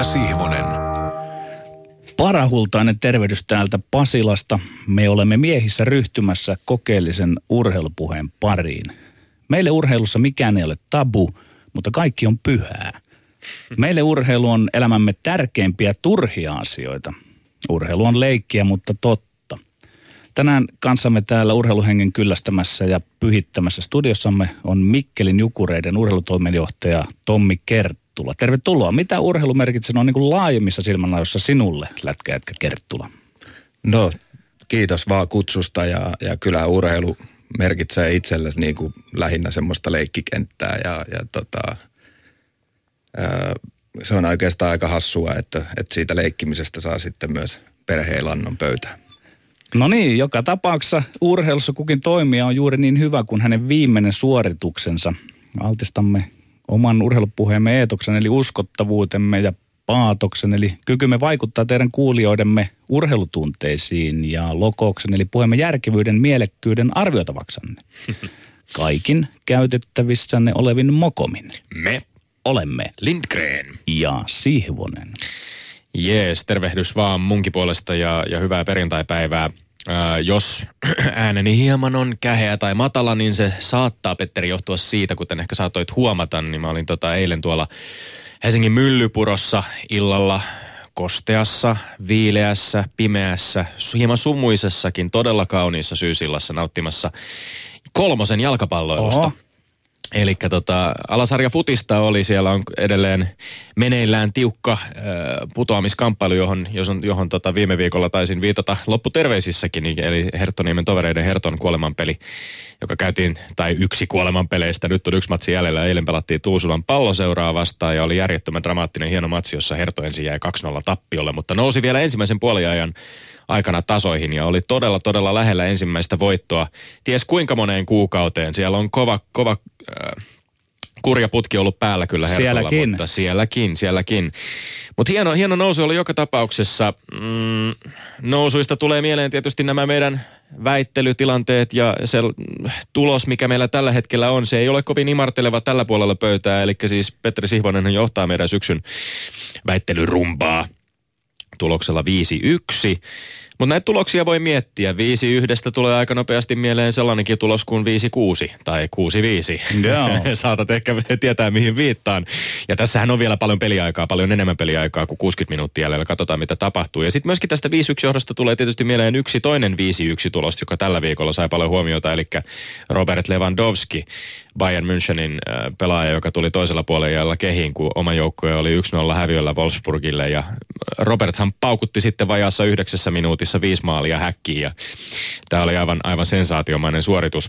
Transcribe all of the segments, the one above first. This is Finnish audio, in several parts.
Sihvonen. Parahultainen tervehdys täältä Pasilasta. Me olemme miehissä ryhtymässä kokeellisen urheilupuheen pariin. Meille urheilussa mikään ei ole tabu, mutta kaikki on pyhää. Meille urheilu on elämämme tärkeimpiä turhia asioita. Urheilu on leikkiä, mutta totta. Tänään kanssamme täällä urheiluhengen kyllästämässä ja pyhittämässä studiossamme on Mikkelin Jukureiden urheilutoimenjohtaja Tommi Kerttula. Tervetuloa. Mitä urheilu merkitsee niin kuin laajemmissa silmänajoissa sinulle, lätkäjätkä Kerttula? No, kiitos vaan kutsusta ja kyllä urheilu merkitsee itselle niin kuin lähinnä semmoista leikkikenttää ja se on oikeastaan aika hassua, että siitä leikkimisestä saa sitten myös perhe-elannon pöytään. No niin, joka tapauksessa urheilussa kukin toimija on juuri niin hyvä kuin hänen viimeinen suorituksensa. Altistamme oman urheilupuheemme eetoksen eli uskottavuutemme ja paatoksen eli kykymme vaikuttaa teidän kuulijoidemme urheilutunteisiin ja lokouksen eli puheemme järkevyyden mielekkyyden arvioitavaksanne. Kaikin käytettävissänne olevin mokomin. Me olemme Lindgren ja Sihvonen. Jees, tervehdys vaan munkin puolesta ja hyvää perjantaipäivää. Jos ääneni hieman on käheä tai matala, niin se saattaa, Petteri, johtua siitä, kuten ehkä saatoit huomata, niin mä olin eilen tuolla Helsingin Myllypurossa illalla kosteassa, viileässä, pimeässä, hieman sumuisessakin, todella kauniissa syysillassa nauttimassa 3 jalkapalloilusta. Oho. Elikkä alasarja futista oli, siellä on edelleen meneillään tiukka putoamiskamppailu, johon viime viikolla taisin viitata lopputerveisissäkin, eli Herttoniemen tovereiden Herton kuolemanpeli, joka käytiin, tai yksi kuolemanpeleistä, nyt on 1 matsi jäljellä, eilen pelattiin Tuusulan Palloseuraa vastaan ja oli järjettömän dramaattinen hieno matsi, jossa Hertto ensin jäi 2-0 tappiolle, mutta nousi vielä ensimmäisen puoliajan aikana tasoihin ja oli todella lähellä ensimmäistä voittoa. Ties kuinka moneen kuukauteen. Siellä on kova kurja putki ollut päällä kyllä Hertolla. Sielläkin. Mutta sielläkin. Mutta hieno nousu oli joka tapauksessa. Nousuista tulee mieleen tietysti nämä meidän väittelytilanteet ja se tulos, mikä meillä tällä hetkellä on, se ei ole kovin imarteleva tällä puolella pöytää. Eli siis Petteri Sihvonen johtaa meidän syksyn väittelyrumpaa tuloksella 5-1. Mutta näitä tuloksia voi miettiä. 5-1 tulee aika nopeasti mieleen sellainenkin tulos kuin 5-6 tai 6-5. Joo. Saatat ehkä tietää, mihin viittaan. Ja tässähän on vielä paljon enemmän peliaikaa kuin 60 minuuttia jäljellä. Katsotaan, mitä tapahtuu. Ja sitten myöskin tästä 5-1 johdosta tulee tietysti mieleen yksi toinen 5-1 tulos, joka tällä viikolla sai paljon huomiota. Eli Robert Lewandowski, Bayern Münchenin pelaaja, joka tuli toisella puolella kehiin, kun oma joukkue oli 1-0 häviöllä Wolfsburgille. Ja Roberthan paukutti sitten vajaassa 9 minuutissa 5 maalia häkkiin. Ja tämä oli aivan sensaatiomainen suoritus.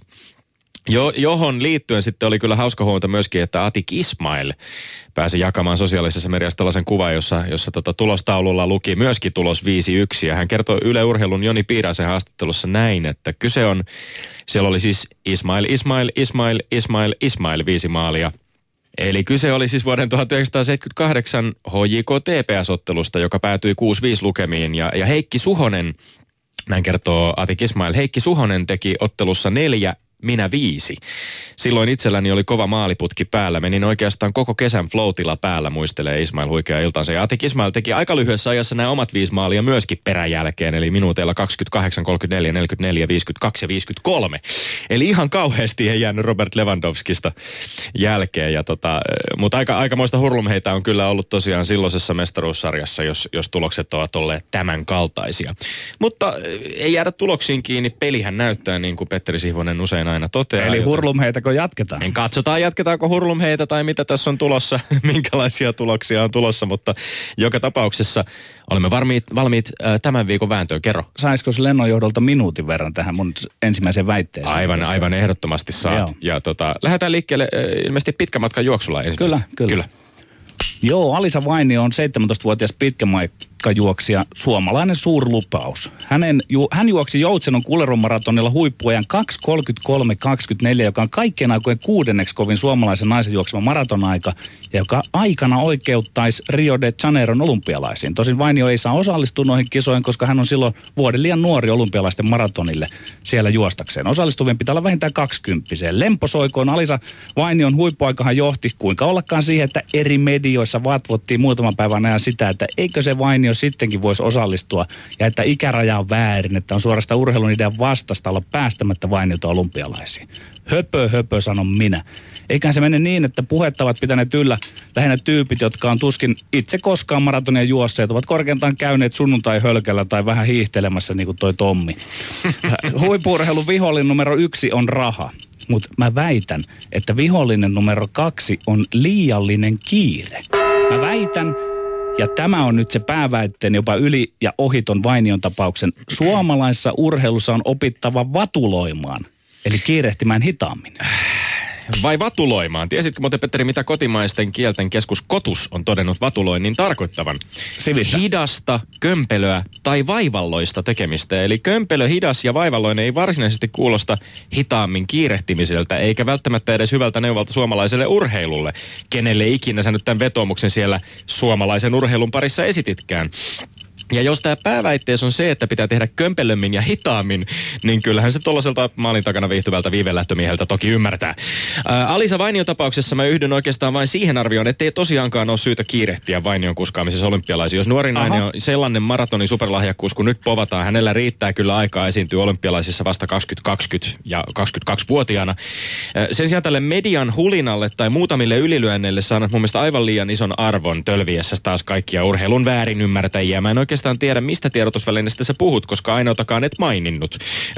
Johon liittyen sitten oli kyllä hauska huomata myöskin, että Atik Ismail pääsi jakamaan sosiaalisessa mediassa tällaisen kuvan, jossa tulostaululla luki myöskin tulos 5-1. Ja hän kertoi Yle Urheilun Joni Piiraisen haastattelussa näin, että siellä oli siis Ismail 5 maalia. Eli kyse oli siis vuoden 1978 HJK TPS-ottelusta, joka päätyi 6-5 lukemiin. Ja Heikki Suhonen, näin kertoo Atik Ismail, Heikki Suhonen teki ottelussa 4, minä 5. Silloin itselläni oli kova maaliputki päällä. Menin oikeastaan koko kesän floatilla päällä, muistelee Ismail huikea iltansa. Ja Atik Ismail teki aika lyhyessä ajassa nämä omat 5 maalia myöskin peräjälkeen. Eli minuuteilla 28, 34, 44, 52 ja 53. Eli ihan kauheasti ei jäänyt Robert Lewandowskista jälkeen. Mutta aikamoista hurlumheitä on kyllä ollut tosiaan silloisessa mestaruussarjassa, jos tulokset ovat olleet tämän kaltaisia. Mutta ei jäädä tuloksiin kiinni. Pelihän näyttää niin kuin Petteri Sihvonen usein aina toteaa. Eli hurlumheitäkö jatketaan? Katsotaan, jatketaanko hurlumheitä tai mitä tässä on tulossa, minkälaisia tuloksia on tulossa, mutta joka tapauksessa olemme valmiit tämän viikon vääntöön. Kerro. Saisiko se lennonjohdolta minuutin verran tähän mun ensimmäiseen väitteeseen? Aivan ehdottomasti saat. Joo. Ja lähdetään liikkeelle ilmeisesti pitkän matkan juoksulla ensimmäistä. Kyllä. Joo, Alisa Vainio on 17-vuotias matkajuoksija, suomalainen suurlupaus. Hän juoksi Joutsenon Kuleron-maratonilla huippuajan 2:33.24, joka on kaikkien aikojen 6. kovin suomalaisen naisen juoksema maratonaika, ja joka aikana oikeuttaisi Rio de Janeiron olympialaisiin. Tosin Vainio ei saa osallistua noihin kisoihin, koska hän on silloin vuoden liian nuori olympialaisten maratonille siellä juostakseen. Osallistuvien pitää olla vähintään 20. Lemposoikoon Alisa Vainion huippuaikahan johti kuinka ollakaan siihen, että eri medioissa vatvottiin muutaman päivän ajan sitä, että eikö se Vainio sittenkin voisi osallistua ja että ikäraja on väärin, että on suorastaan urheilun idean vastasta olla päästämättä Vainiota olympialaisiin. Höpö, sanon minä. Eiköhän se mene niin, että puhetta ovat pitäneet yllä lähinnä tyypit, jotka on tuskin itse koskaan maratonia juosseet, ovat korkeintaan käyneet sunnuntai-hölkällä tai vähän hiihtelemässä, niin kuin toi Tommi. Huippu-urheilun vihollinen numero 1 on raha. Mutta mä väitän, että vihollinen numero 2 on liiallinen kiire. Mä väitän, ja tämä on nyt se pääväitteen jopa yli ja ohiton Vainion tapauksen, suomalaisessa urheilussa on opittava vatuloimaan, eli kiirehtimään hitaammin. Vai vatuloimaan? Tiesitkö muuten, Petteri, mitä kotimaisten kielten keskus KOTUS on todennut vatuloinnin tarkoittavan? Sivistä. Hidasta, kömpelöä tai vaivalloista tekemistä. Eli kömpelö, hidas ja vaivalloinen ei varsinaisesti kuulosta hitaammin kiirehtimiseltä, eikä välttämättä edes hyvältä neuvolta suomalaiselle urheilulle. Kenelle ikinä sä nyt tämän vetoomuksen siellä suomalaisen urheilun parissa esititkään. Ja jos tämä pääväitteessä on se, että pitää tehdä kömpelömmin ja hitaammin, niin kyllähän se tuollaiselta maalin takana viihtyvältä viivelähtömieheltä toki ymmärtää. Alisa Vainion tapauksessa mä yhdyn oikeastaan vain siihen arvioon, että ei tosiaankaan ole syytä kiirehtiä Vainion kuskaamisessa olympialaisiin. Jos nuori nainen on sellainen maratonin superlahjakkuus, kun nyt povataan, hänellä riittää kyllä aikaa esiintyä olympialaisissa vasta 2020 ja 22-vuotiaana. Sen sijaan tälle median hulinalle tai muutamille ylilyönneille saanut mun mielestä aivan liian ison arvon tölviessä taas kaikkia urheilun väärinymmärtäjiä. Mä en oikeastaan tiedä, mistä tiedotusvälineestä sä puhut, koska ainoatakaan et maininnut.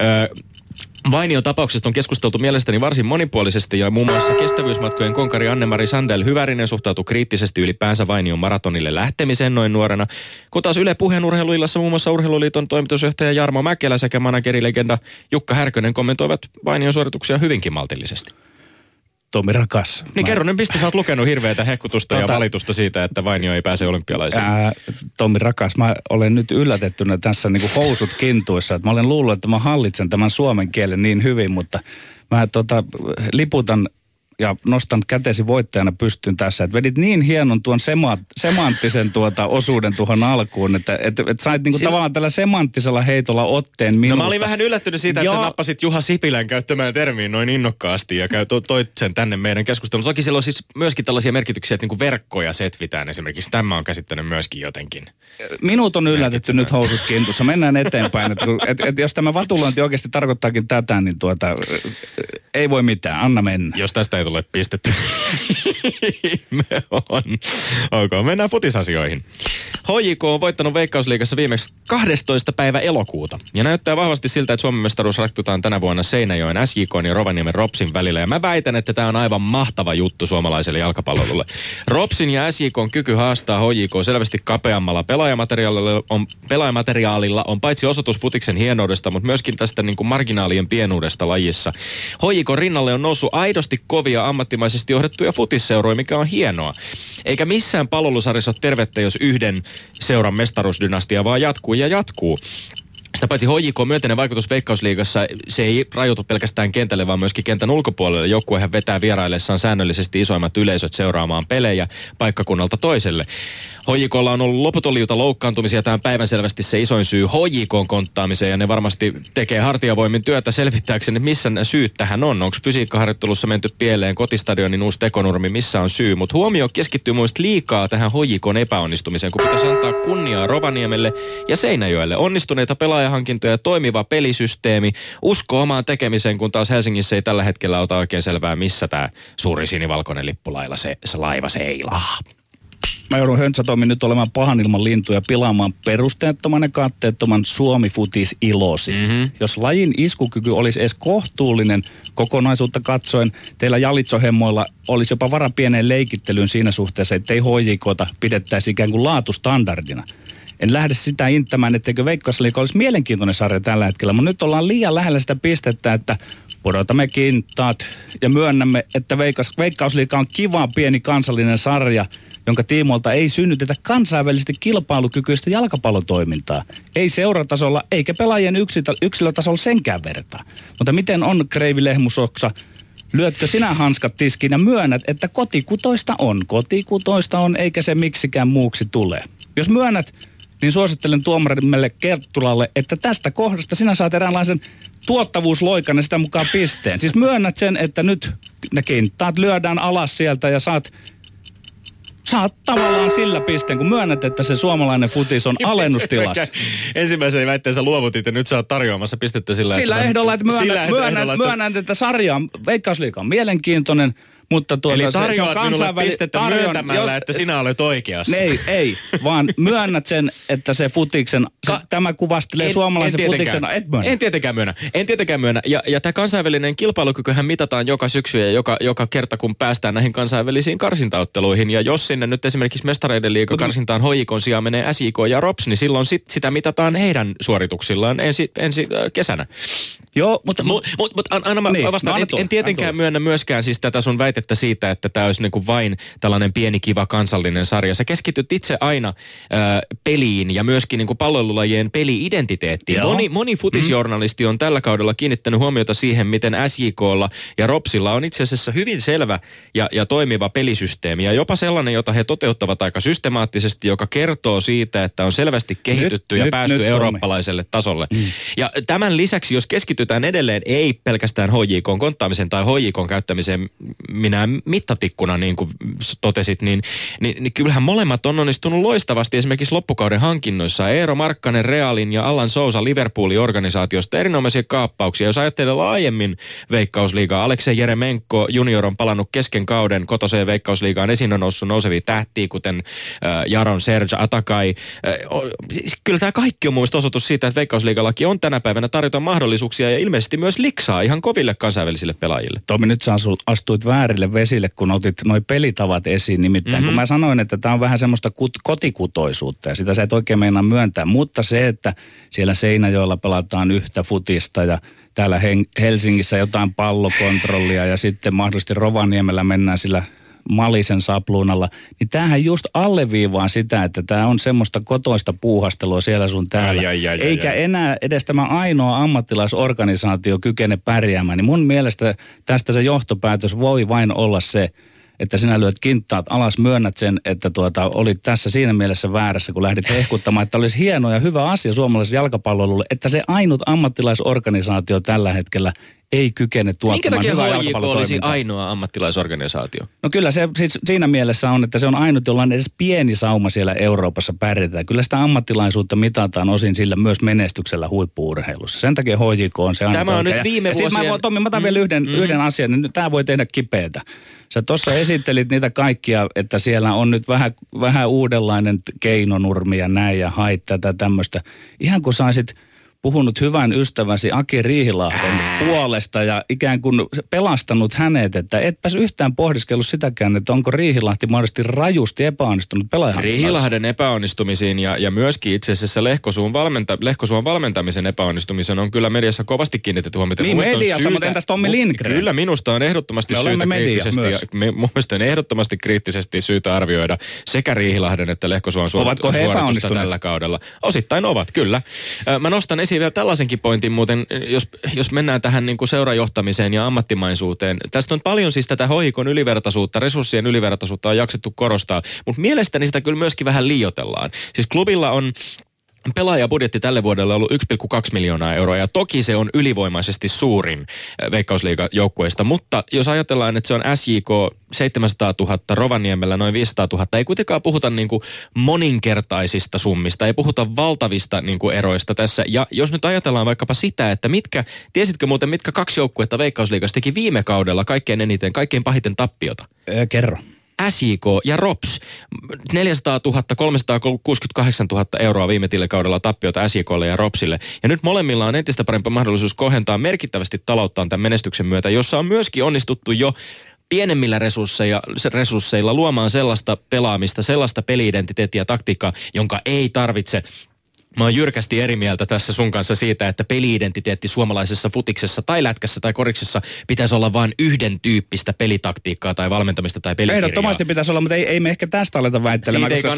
Vainion tapauksesta on keskusteltu mielestäni varsin monipuolisesti ja muun muassa kestävyysmatkojen konkari Anne-Mari Sandel-Hyvärinen suhtautui kriittisesti ylipäänsä Vainion maratonille lähtemiseen noin nuorena, kun taas Yle Puheen urheiluillassa muun muassa Urheiluliiton toimitusjohtaja Jarmo Mäkelä sekä managerilegenda Jukka Härkönen kommentoivat Vainion suorituksia hyvinkin maltillisesti. Tommi rakas. Niin kerro nyt, mistä sä oot lukenut hirveätä hehkutusta ja valitusta siitä, että Vainio ei pääse olympialaisiin? Tommi rakas, mä olen nyt yllätettynä tässä niin kuin housut kintuissa. Mä olen luullut, että mä hallitsen tämän suomen kielen niin hyvin, mutta mä liputan ja nostan kätesi voittajana pystyyn tässä. Että vedit niin hienon tuon semanttisen osuuden tuohon alkuun, että sait niinku tavallaan tällä semanttisella heitolla otteen minusta. No mä olin vähän yllättynyt siitä, että sä nappasit Juha Sipilän käyttämään termiin noin innokkaasti ja toit sen tänne meidän keskusteluun. Toki sillä on siis myöskin tällaisia merkityksiä, että niinku verkkoja setvitään esimerkiksi. Tämä on käsittänyt myöskin jotenkin. Minut on yllätetty nyt housut kintussa. Mennään eteenpäin. Että jos tämä vatulointi oikeasti tarkoittaakin tätä, niin ei voi mitään. Anna mennä. Jos tästä ei tule pistetty. Me on. Okay, mennään futisasioihin. HJK on voittanut Veikkausliigassa viimeksi 12. päivä elokuuta. Ja näyttää vahvasti siltä, että Suomen mestaruus ratkutaan tänä vuonna Seinäjoen SJK:n ja Rovaniemen Ropsin välillä. Ja mä väitän, että tämä on aivan mahtava juttu suomalaiselle jalkapallolle. Ropsin ja SJK:n kyky haastaa HJK selvästi kapeammalla pelaajamateriaalilla on paitsi osoitus futiksen hienoudesta, mutta myöskin tästä niin kuin marginaalien pienuudesta lajissa. HJK rinnalle on noussut aidosti kovia ammattimaisesti johdettuja futisseuroja, mikä on hienoa. Eikä missään palloilusarjassa ole tervettä, jos yhden seuran mestaruusdynastia vaan jatkuu ja jatkuu. Sitä paitsi HJK myönteinen vaikutus Veikkausliigassa, se ei rajoitu pelkästään kentälle, vaan myöskin kentän ulkopuolelle. Joukkuehan vetää vieraillessaan säännöllisesti isoimmat yleisöt seuraamaan pelejä paikkakunnalta toiselle. HJK:lla on ollut loputon liuta loukkaantumisia. Tämä on päivänselvästi se isoin syy HJK:n konttaamiseen, ja ne varmasti tekee hartiavoimin työtä selvittääkseni, missä syyt tähän on. Onko fysiikkaharjoittelussa menty pieleen, kotistadionin uusi tekonurmi, missä on syy? Mutta huomio keskittyy muista liikaa tähän HJK:n epäonnistumiseen, kun pitäisi antaa kunniaa Rovaniemelle ja Seinäjoelle. Onnistuneita pelaajahankintoja, toimiva pelisysteemi, usko omaan tekemiseen, kun taas Helsingissä ei tällä hetkellä ota oikein selvää, missä tämä suuri sinivalkoinen lippulailla se laiva seilaa. Mä joudun Höntsätomi nyt olemaan pahan ilman lintuja pilaamaan perusteettoman ja katteettoman Suomi-futis-ilosi. Mm-hmm. Jos lajin iskukyky olisi edes kohtuullinen kokonaisuutta katsoen, teillä jalitsohemmoilla olisi jopa vara pieneen leikittelyyn siinä suhteessa, ettei HJK:ta pidettäisi ikään kuin laatustandardina. En lähde sitä inttämään, etteikö Veikkausliiga olisi mielenkiintoinen sarja tällä hetkellä, mutta nyt ollaan liian lähellä sitä pistettä, että pudotamme kintaat ja myönnämme, että Veikkausliiga on kiva pieni kansallinen sarja, jonka tiimoilta ei synnytetä kansainvälisesti kilpailukykyistä jalkapallotoimintaa. Ei seuratasolla eikä pelaajien yksilötasolla senkään vertaa. Mutta miten on, Kreivi Lehmusoksa? Lyötkö sinä hanskat tiskiin ja myönnät, että kotikutoista on? Kotikutoista on, eikä se miksikään muuksi tule. Jos myönnät, niin suosittelen tuomarimmelle Kerttulalle, että tästä kohdasta sinä saat eräänlaisen tuottavuusloikan ja sitä mukaan pisteen. Siis myönnät sen, että nyt ne kintaat lyödään alas sieltä ja saat tavallaan sillä pisteen, kun myönnät, että se suomalainen futis on alennustilassa. Ensimmäisen väitteensä luovutit ja nyt sä oot tarjoamassa pistettä sillä ehdolla, että myönnän, että sarja Veikkausliiga on mielenkiintoinen, mutta eli tarjoat minulle pistettä myöntämällä, että sinä olet oikeassa. Ei, vaan myönnät sen, että se futiksen, tämä kuvastelee suomalaisen futiksen. En tietenkään myönnä. Ja tämä kansainvälinen kilpailukykyhän mitataan joka syksy ja joka kerta, kun päästään näihin kansainvälisiin karsintaotteluihin. Ja jos sinne nyt esimerkiksi Mestareiden liiga karsintaan HJK:n sijaan menee SJK ja ROPS, niin silloin sitä mitataan heidän suorituksillaan ensi kesänä. Joo, mutta anna mä vastaan. En tietenkään myönnä myöskään siis tätä sun väitettä siitä, että tämä olisi niin kuin vain tällainen pieni kiva kansallinen sarja. Sä keskityt itse aina peliin ja myöskin niin kuin palloilulajien peli-identiteettiin. Moni futisjournalisti on tällä kaudella kiinnittänyt huomiota siihen, miten SJK:lla ja ROPSilla on itse asiassa hyvin selvä ja toimiva pelisysteemi. Ja jopa sellainen, jota he toteuttavat aika systemaattisesti, joka kertoo siitä, että on selvästi kehitytty ja päästy eurooppalaiselle tasolle. Ja tämän lisäksi, jos keskitytään edelleen ei pelkästään HJK:n konttaamiseen tai HJK:n käyttämiseen minä mittatikkuna, niin kuin totesit, niin kyllähän molemmat on onnistunut loistavasti esimerkiksi loppukauden hankinnoissa. Eero Markkanen Realin ja Allan Sousa Liverpoolin organisaatiosta erinomaisia kaappauksia. Jos ajattelee laajemmin Veikkausliigaa, Aleksei Jeremenko junior on palannut kesken kauden kotoseen Veikkausliigaan. Esiin on noussut nousevia tähtiä, kuten Jaron Serge Atakai. Kyllä tämä kaikki on mun mielestä osoitus siitä, että Veikkausliigallakin on tänä päivänä tarjota mahdollisuuksia ja ilmeisesti myös liksaa ihan koville kansainvälisille pelaajille. Tomi, nyt sä astuit väärille vesille, kun otit noi pelitavat esiin. Nimittäin kun mä sanoin, että tämä on vähän semmoista kotikutoisuutta ja sitä sä et oikein meinaa myöntää. Mutta se, että siellä Seinäjoella pelataan yhtä futista ja täällä Helsingissä jotain pallokontrollia ja sitten mahdollisesti Rovaniemellä mennään sillä Malisen sapluunalla, niin tämähän just alleviivaa sitä, että tämä on semmoista kotoista puuhastelua siellä sun täällä. Eikä enää edes tämä ainoa ammattilaisorganisaatio kykene pärjäämään. Niin mun mielestä tästä se johtopäätös voi vain olla se, että sinä lyöt kinttaat alas, myönnät sen, että olit tässä siinä mielessä väärässä, kun lähdit hehkuttamaan, että olisi hieno ja hyvä asia suomalaiselle jalkapallolle, että se ainut ammattilaisorganisaatio tällä hetkellä ei kykene tuottamaan hyvää jalkapallotoimintaa. Minkä takia HJK olisi ainoa ammattilaisorganisaatio? No kyllä se siis siinä mielessä on, että se on ainut, jolla on edes pieni sauma siellä Euroopassa pärjätä. Kyllä sitä ammattilaisuutta mitataan osin sillä myös menestyksellä huippu-urheilussa. Sen takia HJK on se ainut. Tämä on nyt viime vuosien... Tommi, mä otan vielä yhden asian, niin tämä voi tehdä kipeätä. Sä tuossa esittelit niitä kaikkia, että siellä on nyt vähän uudenlainen keinonurmi ja näin ja hait tätä tämmöistä. Ihan kun saisit puhunut hyvän ystäväsi Aki Riihilahden puolesta ja ikään kuin pelastanut hänet, että etpäs yhtään pohdiskellut sitäkään, että onko Riihilahti mahdollisesti rajusti epäonnistunut pelaajan. Riihilahden epäonnistumisiin ja myöskin itse asiassa Lehkosuon valmentamisen epäonnistumisen on kyllä mediassa kovasti kiinnitetty huomiota. Niin mediassa, mutta entäs Tommi Lindgren? Kyllä minusta on ehdottomasti syytä kriittisesti, mun mielestä on ehdottomasti kriittisesti syytä arvioida sekä Riihilahden että Lehkosuon suoritusta tällä kaudella. Osittain ovat, kyllä. Mä nostan esiin vielä tällaisenkin pointin muuten, jos mennään tähän niin kuin seurajohtamiseen ja ammattimaisuuteen. Tästä on paljon siis tätä HJK:n ylivertaisuutta, resurssien ylivertaisuutta on jaksettu korostaa, mutta mielestäni sitä kyllä myöskin vähän liioitellaan. Siis klubilla on pelaajabudjetti tälle vuodelle ollut 1,2 miljoonaa euroa ja toki se on ylivoimaisesti suurin Veikkausliiga-joukkueista, mutta jos ajatellaan, että se on SJK 700 000, Rovaniemellä noin 500 000, ei kuitenkaan puhuta niin kuin moninkertaisista summista, ei puhuta valtavista niin kuin eroista tässä. Ja jos nyt ajatellaan vaikkapa sitä, että tiesitkö muuten mitkä 2 joukkuetta Veikkausliigassa teki viime kaudella kaikkein pahiten tappiota? Kerro. SJK ja ROPS. 400 000, 368 000 euroa viime tilikaudella tappiota SJKlle ja ROPSille. Ja nyt molemmilla on entistä parempi mahdollisuus kohentaa merkittävästi talouttaan tämän menestyksen myötä, jossa on myöskin onnistuttu jo pienemmillä resursseilla luomaan sellaista pelaamista, sellaista peli-identiteettiä ja taktiikkaa, jonka ei tarvitse Mä oon jyrkästi eri mieltä tässä sun kanssa siitä, että peli-identiteetti suomalaisessa futiksessa tai lätkässä tai koriksessa pitäisi olla vain yhden tyyppistä pelitaktiikkaa tai valmentamista tai pelikirjaa. Ehdottomasti pitäisi olla, mutta ei me ehkä tästä aleta väittelemään, koska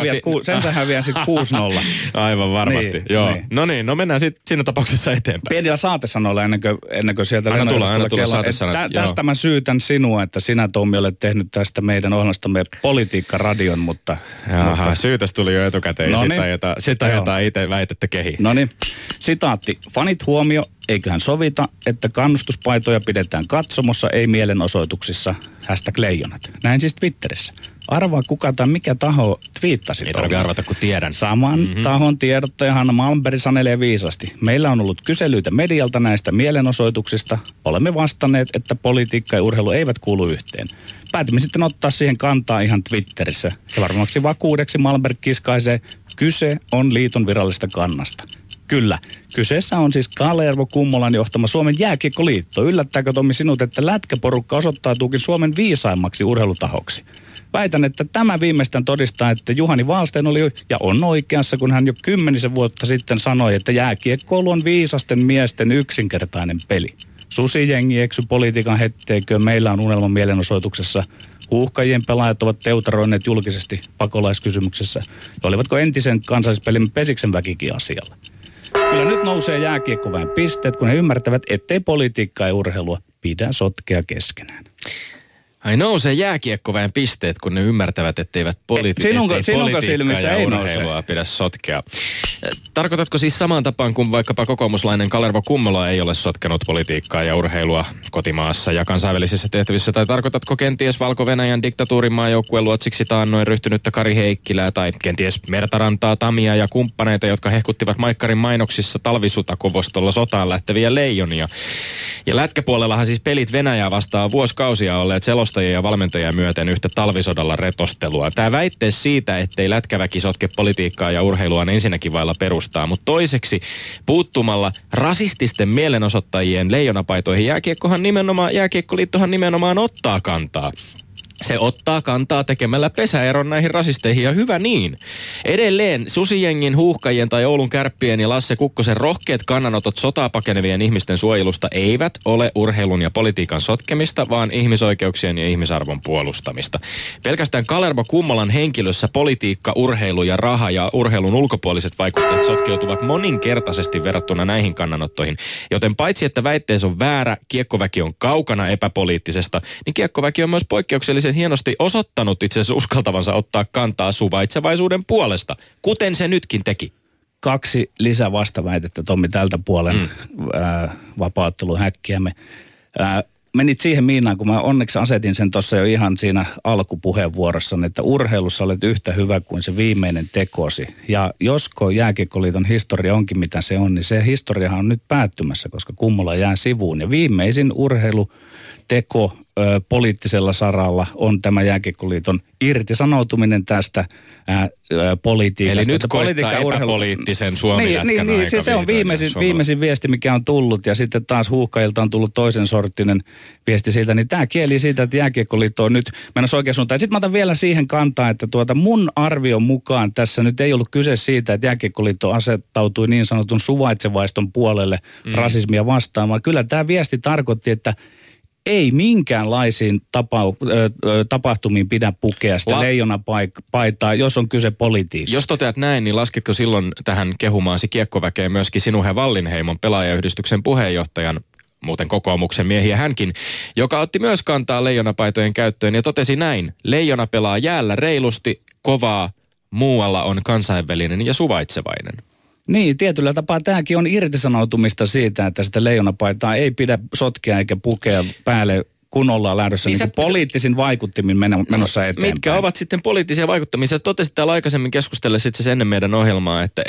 sen sä häviät sitten 6-0. Aivan varmasti, niin, joo. Niin. No niin, siinä tapauksessa tapauksessa eteenpäin. Pienillä saatesanoilla ennen kuin sieltä aina tulla saatesanat. Tästä mä syytän sinua, että sinä Tommi olet tehnyt tästä meidän ohjelmastamme politiikkaradion, mutta... Syytös tuli jo etukäteen ja sitä ajetaan itse väitettä kehiin. Noniin, sitaatti. Fanit huomio, eiköhän sovita, että kannustuspaitoja pidetään katsomossa, ei mielenosoituksissa. #leijonat. Näin siis Twitterissä. Arvaa kuka tai mikä taho twiittasi. Ei tarvitse arvata, kun tiedän. Saman tahon tiedottaja Hanna Malmberg sanelee viisasti. Meillä on ollut kyselyitä medialta näistä mielenosoituksista. Olemme vastanneet, että politiikka ja urheilu eivät kuulu yhteen. Päätimme sitten ottaa siihen kantaa ihan Twitterissä. Ja varmaksi vakuudeksi Malmberg kiskaisee, kyse on liiton virallisesta kannasta. Kyllä, kyseessä on siis Kalervo Kummolan johtama Suomen jääkiekkoliitto. Yllättääkö Tommi sinut, että lätkäporukka osoittautuukin Suomen viisaimmaksi urheilutahoksi? Väitän, että tämä viimeistään todistaa, että Juhani Wahlsten oli ja on oikeassa, kun hän jo 10 vuotta sitten sanoi, että jääkiekkoilu on viisasten miesten yksinkertainen peli. Susijengi eksy politiikan hetteekö, meillä on unelman mielenosoituksessa. Huuhkajien pelaajat ovat teutaroineet julkisesti pakolaiskysymyksessä. Ja olivatko entisen kansallispelimme Pesiksen väkikin asialla? Kyllä nyt nousee jääkiekkoväen pisteet, kun he ymmärtävät, ettei politiikkaa ja urheilua pidä sotkea keskenään. Ai nousee jääkiekkoväen pisteet, kun ne ymmärtävät, etteivät politiikkaa ja urheilua pidä sotkea. Tarkoitatko siis samaan tapaan kuin vaikkapa kokoomuslainen Kalervo Kummola ei ole sotkenut politiikkaa ja urheilua kotimaassa ja kansainvälisissä tehtävissä? Tai tarkoitatko kenties Valko-Venäjän diktatuurin maajoukkueen luotsiksi taannoin ryhtynyttä Kari Heikkilää tai kenties Mertarantaa, Tamia ja kumppaneita, jotka hehkuttivat Maikkarin mainoksissa talvisutakovostolla sotaan lähteviä leijonia? Ja lätkäpuolellahan siis pelit Venäjää vastaan vuosikausia olleet selostajia ja valmentajia myöten yhtä talvisodalla retostelua. Tämä väitteessä siitä, ettei lätkäväki sotke politiikkaa ja urheilua on ensinnäkin vailla perustaa, mutta toiseksi puuttumalla rasististen mielenosoittajien leijonapaitoihin jääkiekkoliittohan nimenomaan ottaa kantaa. Se ottaa kantaa tekemällä pesäeron näihin rasisteihin ja hyvä niin. Edelleen Susijengin, Huuhkajien tai Oulun Kärppien ja Lasse Kukkosen rohkeat kannanotot sotaa pakenevien ihmisten suojelusta eivät ole urheilun ja politiikan sotkemista, vaan ihmisoikeuksien ja ihmisarvon puolustamista. Pelkästään Kalervo Kummolan henkilössä politiikka, urheilu ja raha ja urheilun ulkopuoliset vaikuttajat sotkeutuvat moninkertaisesti verrattuna näihin kannanottoihin. Joten paitsi että väitteessä on väärä, kiekkoväki on kaukana epäpoliittisesta, niin kiekkoväki on myös poikkeuksellisen hienosti osoittanut itse asiassa uskaltavansa ottaa kantaa suvaitsevaisuuden puolesta, kuten se nytkin teki. 2 lisävastaväitettä, Tommi, tältä puolen vapauttelun häkkiämme. Menit siihen miinaan, kun mä onneksi asetin sen tuossa jo ihan siinä alkupuheenvuorossani, että urheilussa olet yhtä hyvä kuin se viimeinen tekosi. Ja josko Jääkiekkoliiton historia onkin mitä se on, niin se historiahan on nyt päättymässä, koska Kummola jää sivuun. Ja viimeisin urheiluteko poliittisella saralla on tämä Jääkiekkoliiton irtisanoutuminen tästä politiikasta. Eli nyt koittaa epäpoliittisen Suomi-lätkän aika. Niin, se on viimeisin viesti, mikä on tullut, ja sitten taas Huuhkajilta on tullut toisen sorttinen viesti siitä, niin tämä kieli siitä, että Jääkiekkoliitto on nyt menossa oikeaan suuntaan. Sitten mä otan vielä siihen kantaa, että mun arvion mukaan tässä nyt ei ollut kyse siitä, että Jääkiekkoliitto asettautui niin sanotun suvaitsevaiston puolelle rasismia vastaan, vaan kyllä tämä viesti tarkoitti, että ei minkäänlaisiin tapahtumiin pidä pukea sitä leijonapaitaa, jos on kyse politiikasta. Jos toteat näin, niin laskitko silloin tähän kehumaasi kiekkoväkeen myöskin Sinuhe Wallinheimon pelaajayhdistyksen puheenjohtajan, muuten kokoomuksen miehiä hänkin, joka otti myös kantaa leijonapaitojen käyttöön ja totesi näin: leijona pelaa jäällä reilusti, kovaa, muualla on kansainvälinen ja suvaitsevainen. Niin, tietyllä tapaa tämäkin on irtisanoutumista siitä, että sitä leijonapaitaa ei pidä sotkea eikä pukea päälle, kun ollaan lähdössä niin poliittisin vaikuttimin menossa eteenpäin. Mitkä ovat sitten poliittisia vaikuttamisia? Totesit täällä aikaisemmin keskustellessa itse asiassa ennen meidän ohjelmaa, että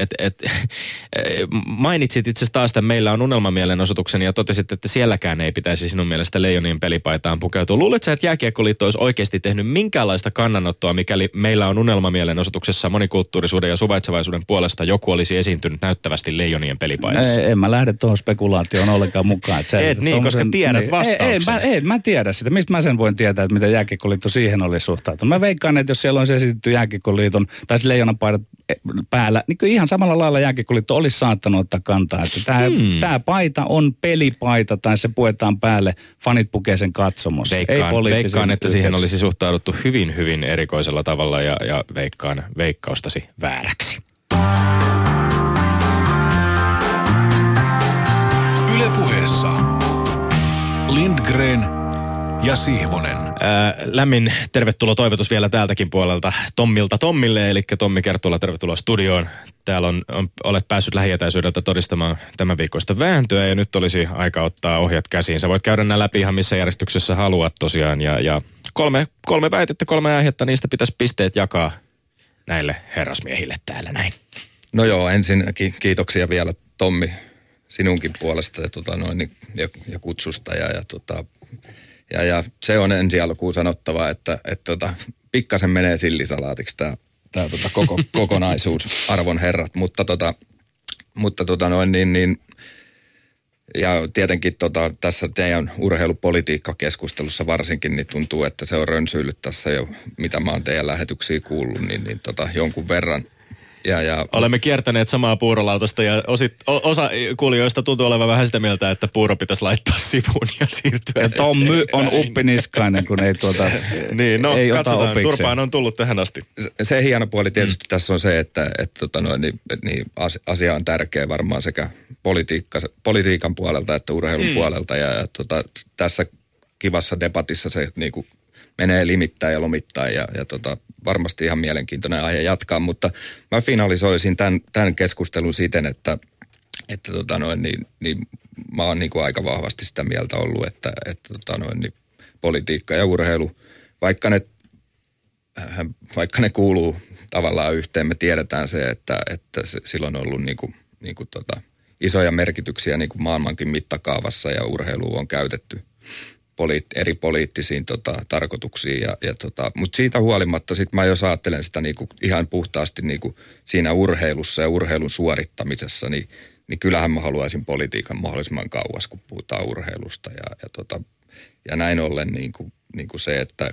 mainitsit itse asiassa taas, että meillä on unelmamielenosoituksen ja totesit, että sielläkään ei pitäisi sinun mielestä leijonien pelipaitaan pukeutua. Luuletko sä, että Jääkiekkoliitto olisi oikeasti tehnyt minkäänlaista kannanottoa, mikäli meillä on unelmamielenosoituksessa monikulttuurisuuden ja suvaitsevaisuuden puolesta joku olisi esiintynyt näyttävästi leijonien pelipaidassa? En mä lähde tuohon spekulaatioon ollenkaan mukaan. Koska tiedät vastauksen. Mä tiedän tiedä sitä. Mistä mä sen voin tietää, että miten Jääkiekkoliitto siihen oli suhtautunut? Mä veikkaan, että jos siellä on se esitetty Jääkiekkoliiton tai leijonapaidat päällä, niin kyllä ihan samalla lailla Jääkiekkoliitto olisi saattanut ottaa kantaa, että tämä paita on pelipaita tai se puetaan päälle, fanit pukee sen katsomossa. Veikkaan, että siihen olisi suhtauduttu hyvin, hyvin erikoisella tavalla ja veikkaan veikkaustasi vääräksi. Yle Puheessa Lindgren ja Sihvonen. Lämmin tervetuloa toivotus vielä täältäkin puolelta Tommilta Tommille, eli Tommi Kerttula, tervetuloa studioon. Täällä olet päässyt lähietäisyydeltä todistamaan tämän viikkoista vääntöä ja nyt olisi aika ottaa ohjat käsiin. Sä voit käydä nämä läpi ihan missä järjestyksessä haluat tosiaan ja kolme väitettä, 3 aihetta, niistä pitäisi pisteet jakaa näille herrasmiehille täällä näin. No joo, ensinnäkin kiitoksia vielä Tommi sinunkin puolesta ja kutsusta ja se on ensi alkuun sanottava, että pikkasen menee sillisalaatiksi tämä koko kokonaisuus, arvon herrat, mutta ja tietenkin tässä teidän urheilupolitiikkakeskustelussa varsinkin niin tuntuu, että se on rönsyillyt tässä jo, mitä mä oon teidän lähetyksiä kuullut, niin jonkun verran. Ja olemme kiertäneet samaa puurolautasta ja osa kuulijoista tuntuu olevan vähän sitä mieltä, että puuro pitäisi laittaa sivuun ja siirtyä. Ja Tommy on uppiniskainen, kun ei niin, no ei katsotaan, ota turpaan on tullut tähän asti. Se hieno puoli tietysti tässä on se, että asia on tärkeä varmaan sekä politiikan puolelta että urheilun puolelta ja tässä kivassa debatissa se niinku menee limittäin ja lomittain ja varmasti ihan mielenkiintoinen aihe jatkaa, mutta mä finalisoisin tämän keskustelun siten, että mä oon niinku aika vahvasti sitä mieltä ollut, että politiikka ja urheilu, vaikka ne kuuluu tavallaan yhteen, me tiedetään se, että silloin on ollut isoja merkityksiä niinku maailmankin mittakaavassa ja urheilu on käytetty eri poliittisiin tarkoituksiin. Mutta siitä huolimatta sit mä jos ajattelen sitä niinku ihan puhtaasti niinku siinä urheilussa ja urheilun suorittamisessa, niin kyllähän mä haluaisin politiikan mahdollisimman kauas, kun puhutaan urheilusta. Ja näin ollen niinku se, että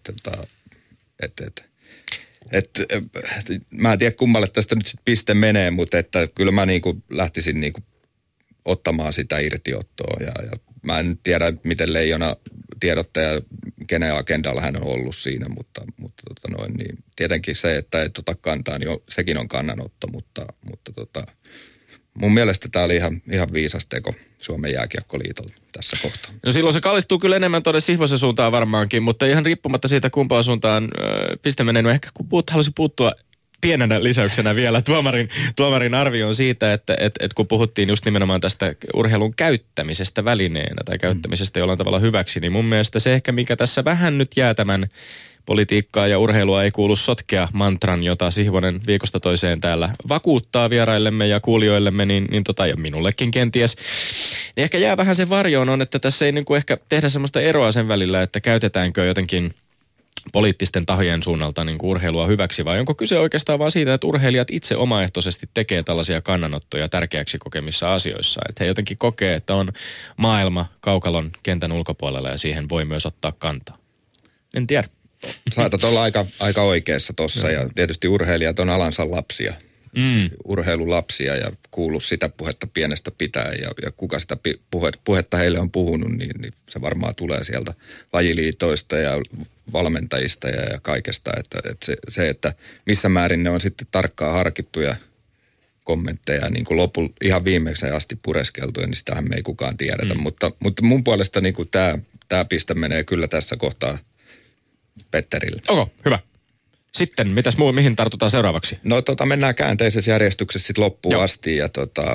mä en tiedä kummalle tästä nyt sit piste menee, mutta että kyllä mä niinku lähtisin niinku ottamaan sitä irtiottoa ja mä en tiedä, miten Leijona tiedottaja, kenen agendalla hän on ollut siinä, mutta niin tietenkin se, että et ota kantaa, niin sekin on kannanotto, mutta mun mielestä tämä oli ihan viisas teko Suomen Jääkiekkoliitolta tässä kohtaa. No silloin se kallistuu kyllä enemmän tuonne Sihvosen suuntaan varmaankin, mutta ihan riippumatta siitä kumpaan suuntaan piste menee, no ehkä kun haluaisin puuttua pienenä lisäyksenä vielä tuomarin arvioon siitä, että kun puhuttiin just nimenomaan tästä urheilun käyttämisestä välineenä tai käyttämisestä jollain tavalla hyväksi, niin mun mielestä se ehkä mikä tässä vähän nyt jää tämän politiikkaa ja urheilua ei kuulu sotkea mantran, jota Sihvonen viikosta toiseen täällä vakuuttaa vieraillemme ja kuulijoillemme, ja minullekin kenties. Niin ehkä jää vähän se varjoon on, että tässä ei niinku ehkä tehdä semmoista eroa sen välillä, että käytetäänkö jotenkin poliittisten tahojen suunnalta niin kuin urheilua hyväksi, vai onko kyse oikeastaan vaan siitä, että urheilijat itse omaehtoisesti tekee tällaisia kannanottoja tärkeäksi kokemissa asioissa. Että he jotenkin kokee, että on maailma kaukalon kentän ulkopuolella ja siihen voi myös ottaa kantaa. En tiedä. Saatat olla aika oikeassa tossa ja tietysti urheilijat on alansa lapsia. Urheilulapsia ja kuullut sitä puhetta pienestä pitäen ja kuka sitä puhetta heille on puhunut, niin se varmaan tulee sieltä lajiliitoista ja valmentajista ja kaikesta, että että missä määrin ne on sitten tarkkaan harkittuja kommentteja niin kuin ihan viimeiseen asti pureskeltuja, niin sitähän me ei kukaan tiedetä, mutta mun puolesta niin kuin tämä piste menee kyllä tässä kohtaa Petterille. Okei, hyvä. Sitten, mihin tartutaan seuraavaksi? No mennään käänteisessä järjestyksessä sitten loppuun asti ja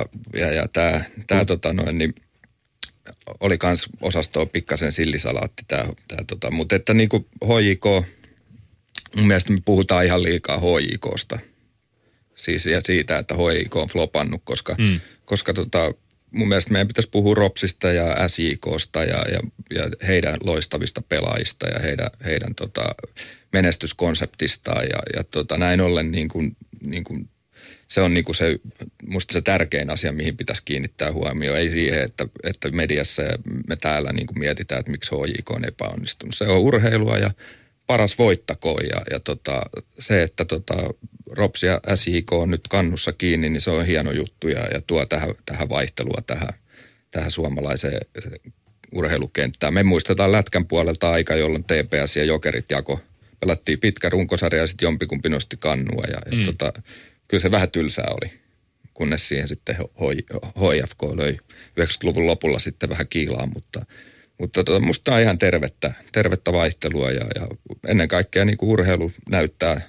niin oli kans osastoa pikkasen sillisalaatti mutta että niinku HJK, mun mielestä me puhutaan ihan liikaa HJKsta. Siis ja siitä, että HJK on flopannut, koska mun mielestä meidän pitäisi puhua Ropsista ja SJKsta ja heidän loistavista pelaajista ja heidän menestyskonseptistaan ja näin ollen niin kuin se on niinku se, musta se tärkein asia, mihin pitäisi kiinnittää huomioon. Ei siihen, että mediassa ja me täällä niinku mietitään, että miksi HJK on epäonnistunut. Se on urheilua ja paras voittakoon. Ja se, että Rops ja SJK on nyt kannussa kiinni, niin se on hieno juttu ja tuo tähän vaihtelua tähän suomalaiseen urheilukenttään. Me muistetaan lätkän puolelta aika, jolloin TPS ja Jokerit pelattiin pitkä runkosarja ja sitten jompikumpi nosti kannua. Kyllä se vähän tylsää oli, kunnes siihen sitten HIFK löi 90-luvun lopulla sitten vähän kiilaa, mutta musta on ihan tervettä vaihtelua ja ennen kaikkea niin kuin urheilu näyttää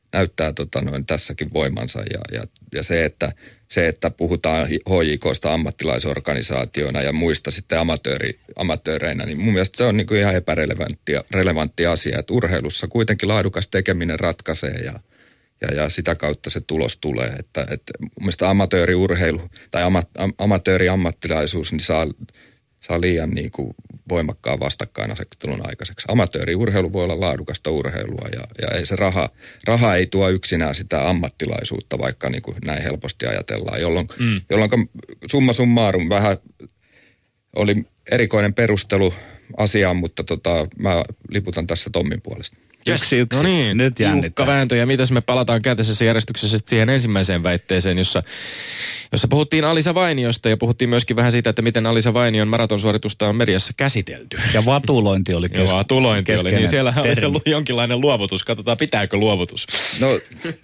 tässäkin voimansa ja se, että puhutaan HJKsta ammattilaisorganisaationa ja muista sitten amatööreinä, niin mun mielestä se on niin kuin ihan epärelevantti asia, että urheilussa kuitenkin laadukas tekeminen ratkaisee ja sitä kautta se tulos tulee, että mun mielestä amatööriurheilu tai amatööriammattilaisuus niin saa liian niin kuin voimakkaan vastakkainasettelun aikaiseksi. Amatööriurheilu voi olla laadukasta urheilua ja ei se raha ei tuo yksinään sitä ammattilaisuutta, vaikka niin kuin näin helposti ajatellaan, jolloin summa summarum vähän oli erikoinen perustelu asiaan, mutta mä liputan tässä Tommin puolesta. Yksi. No niin, nyt jännittää. Tiukka vääntö. Ja mitäs me palataan käänteisessä järjestyksessä siihen ensimmäiseen väitteeseen, jossa puhuttiin Alisa Vainiosta ja puhuttiin myöskin vähän siitä, että miten Alisa Vainion maratonsuoritusta on mediassa käsitelty. Ja vatulointi oli keskeinen. Vatulointi oli, niin siellä olisi ollut jonkinlainen luovutus. Katsotaan, pitääkö luovutus. No,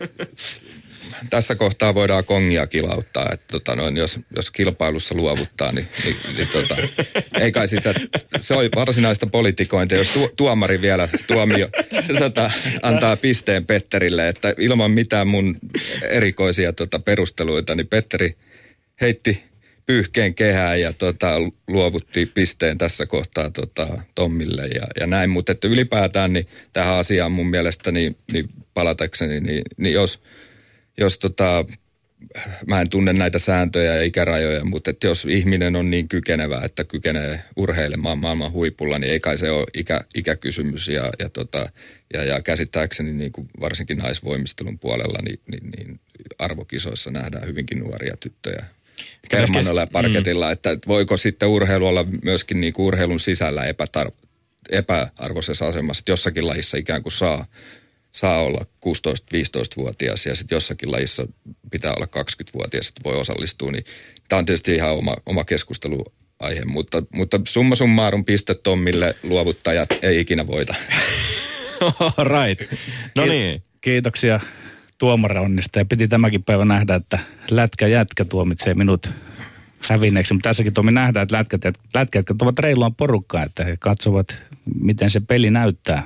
tässä kohtaa voidaan kongia kilauttaa, että jos kilpailussa luovuttaa, niin ei kai sitä, se on varsinaista politikointia, jos tuomari vielä antaa pisteen Petterille, että ilman mitään mun erikoisia perusteluita, niin Petteri heitti pyyhkeen kehään ja luovutti pisteen tässä kohtaa Tommille ja näin, mutta että ylipäätään niin tähän asiaan mun mielestä niin palatakseni, niin jos mä en tunne näitä sääntöjä ja ikärajoja, mutta että jos ihminen on niin kykenevä, että kykenee urheilemaan maailman huipulla, niin ei kai se ole ikäkysymys ja käsittääkseni niin kuin varsinkin naisvoimistelun puolella niin arvokisoissa nähdään hyvinkin nuoria tyttöjä kermanolla ja parketilla, että voiko sitten urheilu olla myöskin niin kuin urheilun sisällä epäarvoisessa asemassa, että jossakin lajissa ikään kuin saa olla 16-15-vuotias ja sitten jossakin lajissa pitää olla 20-vuotias, että voi osallistua, niin tämä on tietysti ihan oma keskusteluaihe, mutta summa summarum piste Tommille, luovuttajat ei ikinä voita. Right. No niin. Kiitoksia tuomaronnista ja piti tämäkin päivä nähdä, että lätkä tuomitsee minut hävinneeksi, mutta tässäkin Tomi nähdään, että lätkäjätkät ovat reilua porukkaa, että he katsovat, miten se peli näyttää.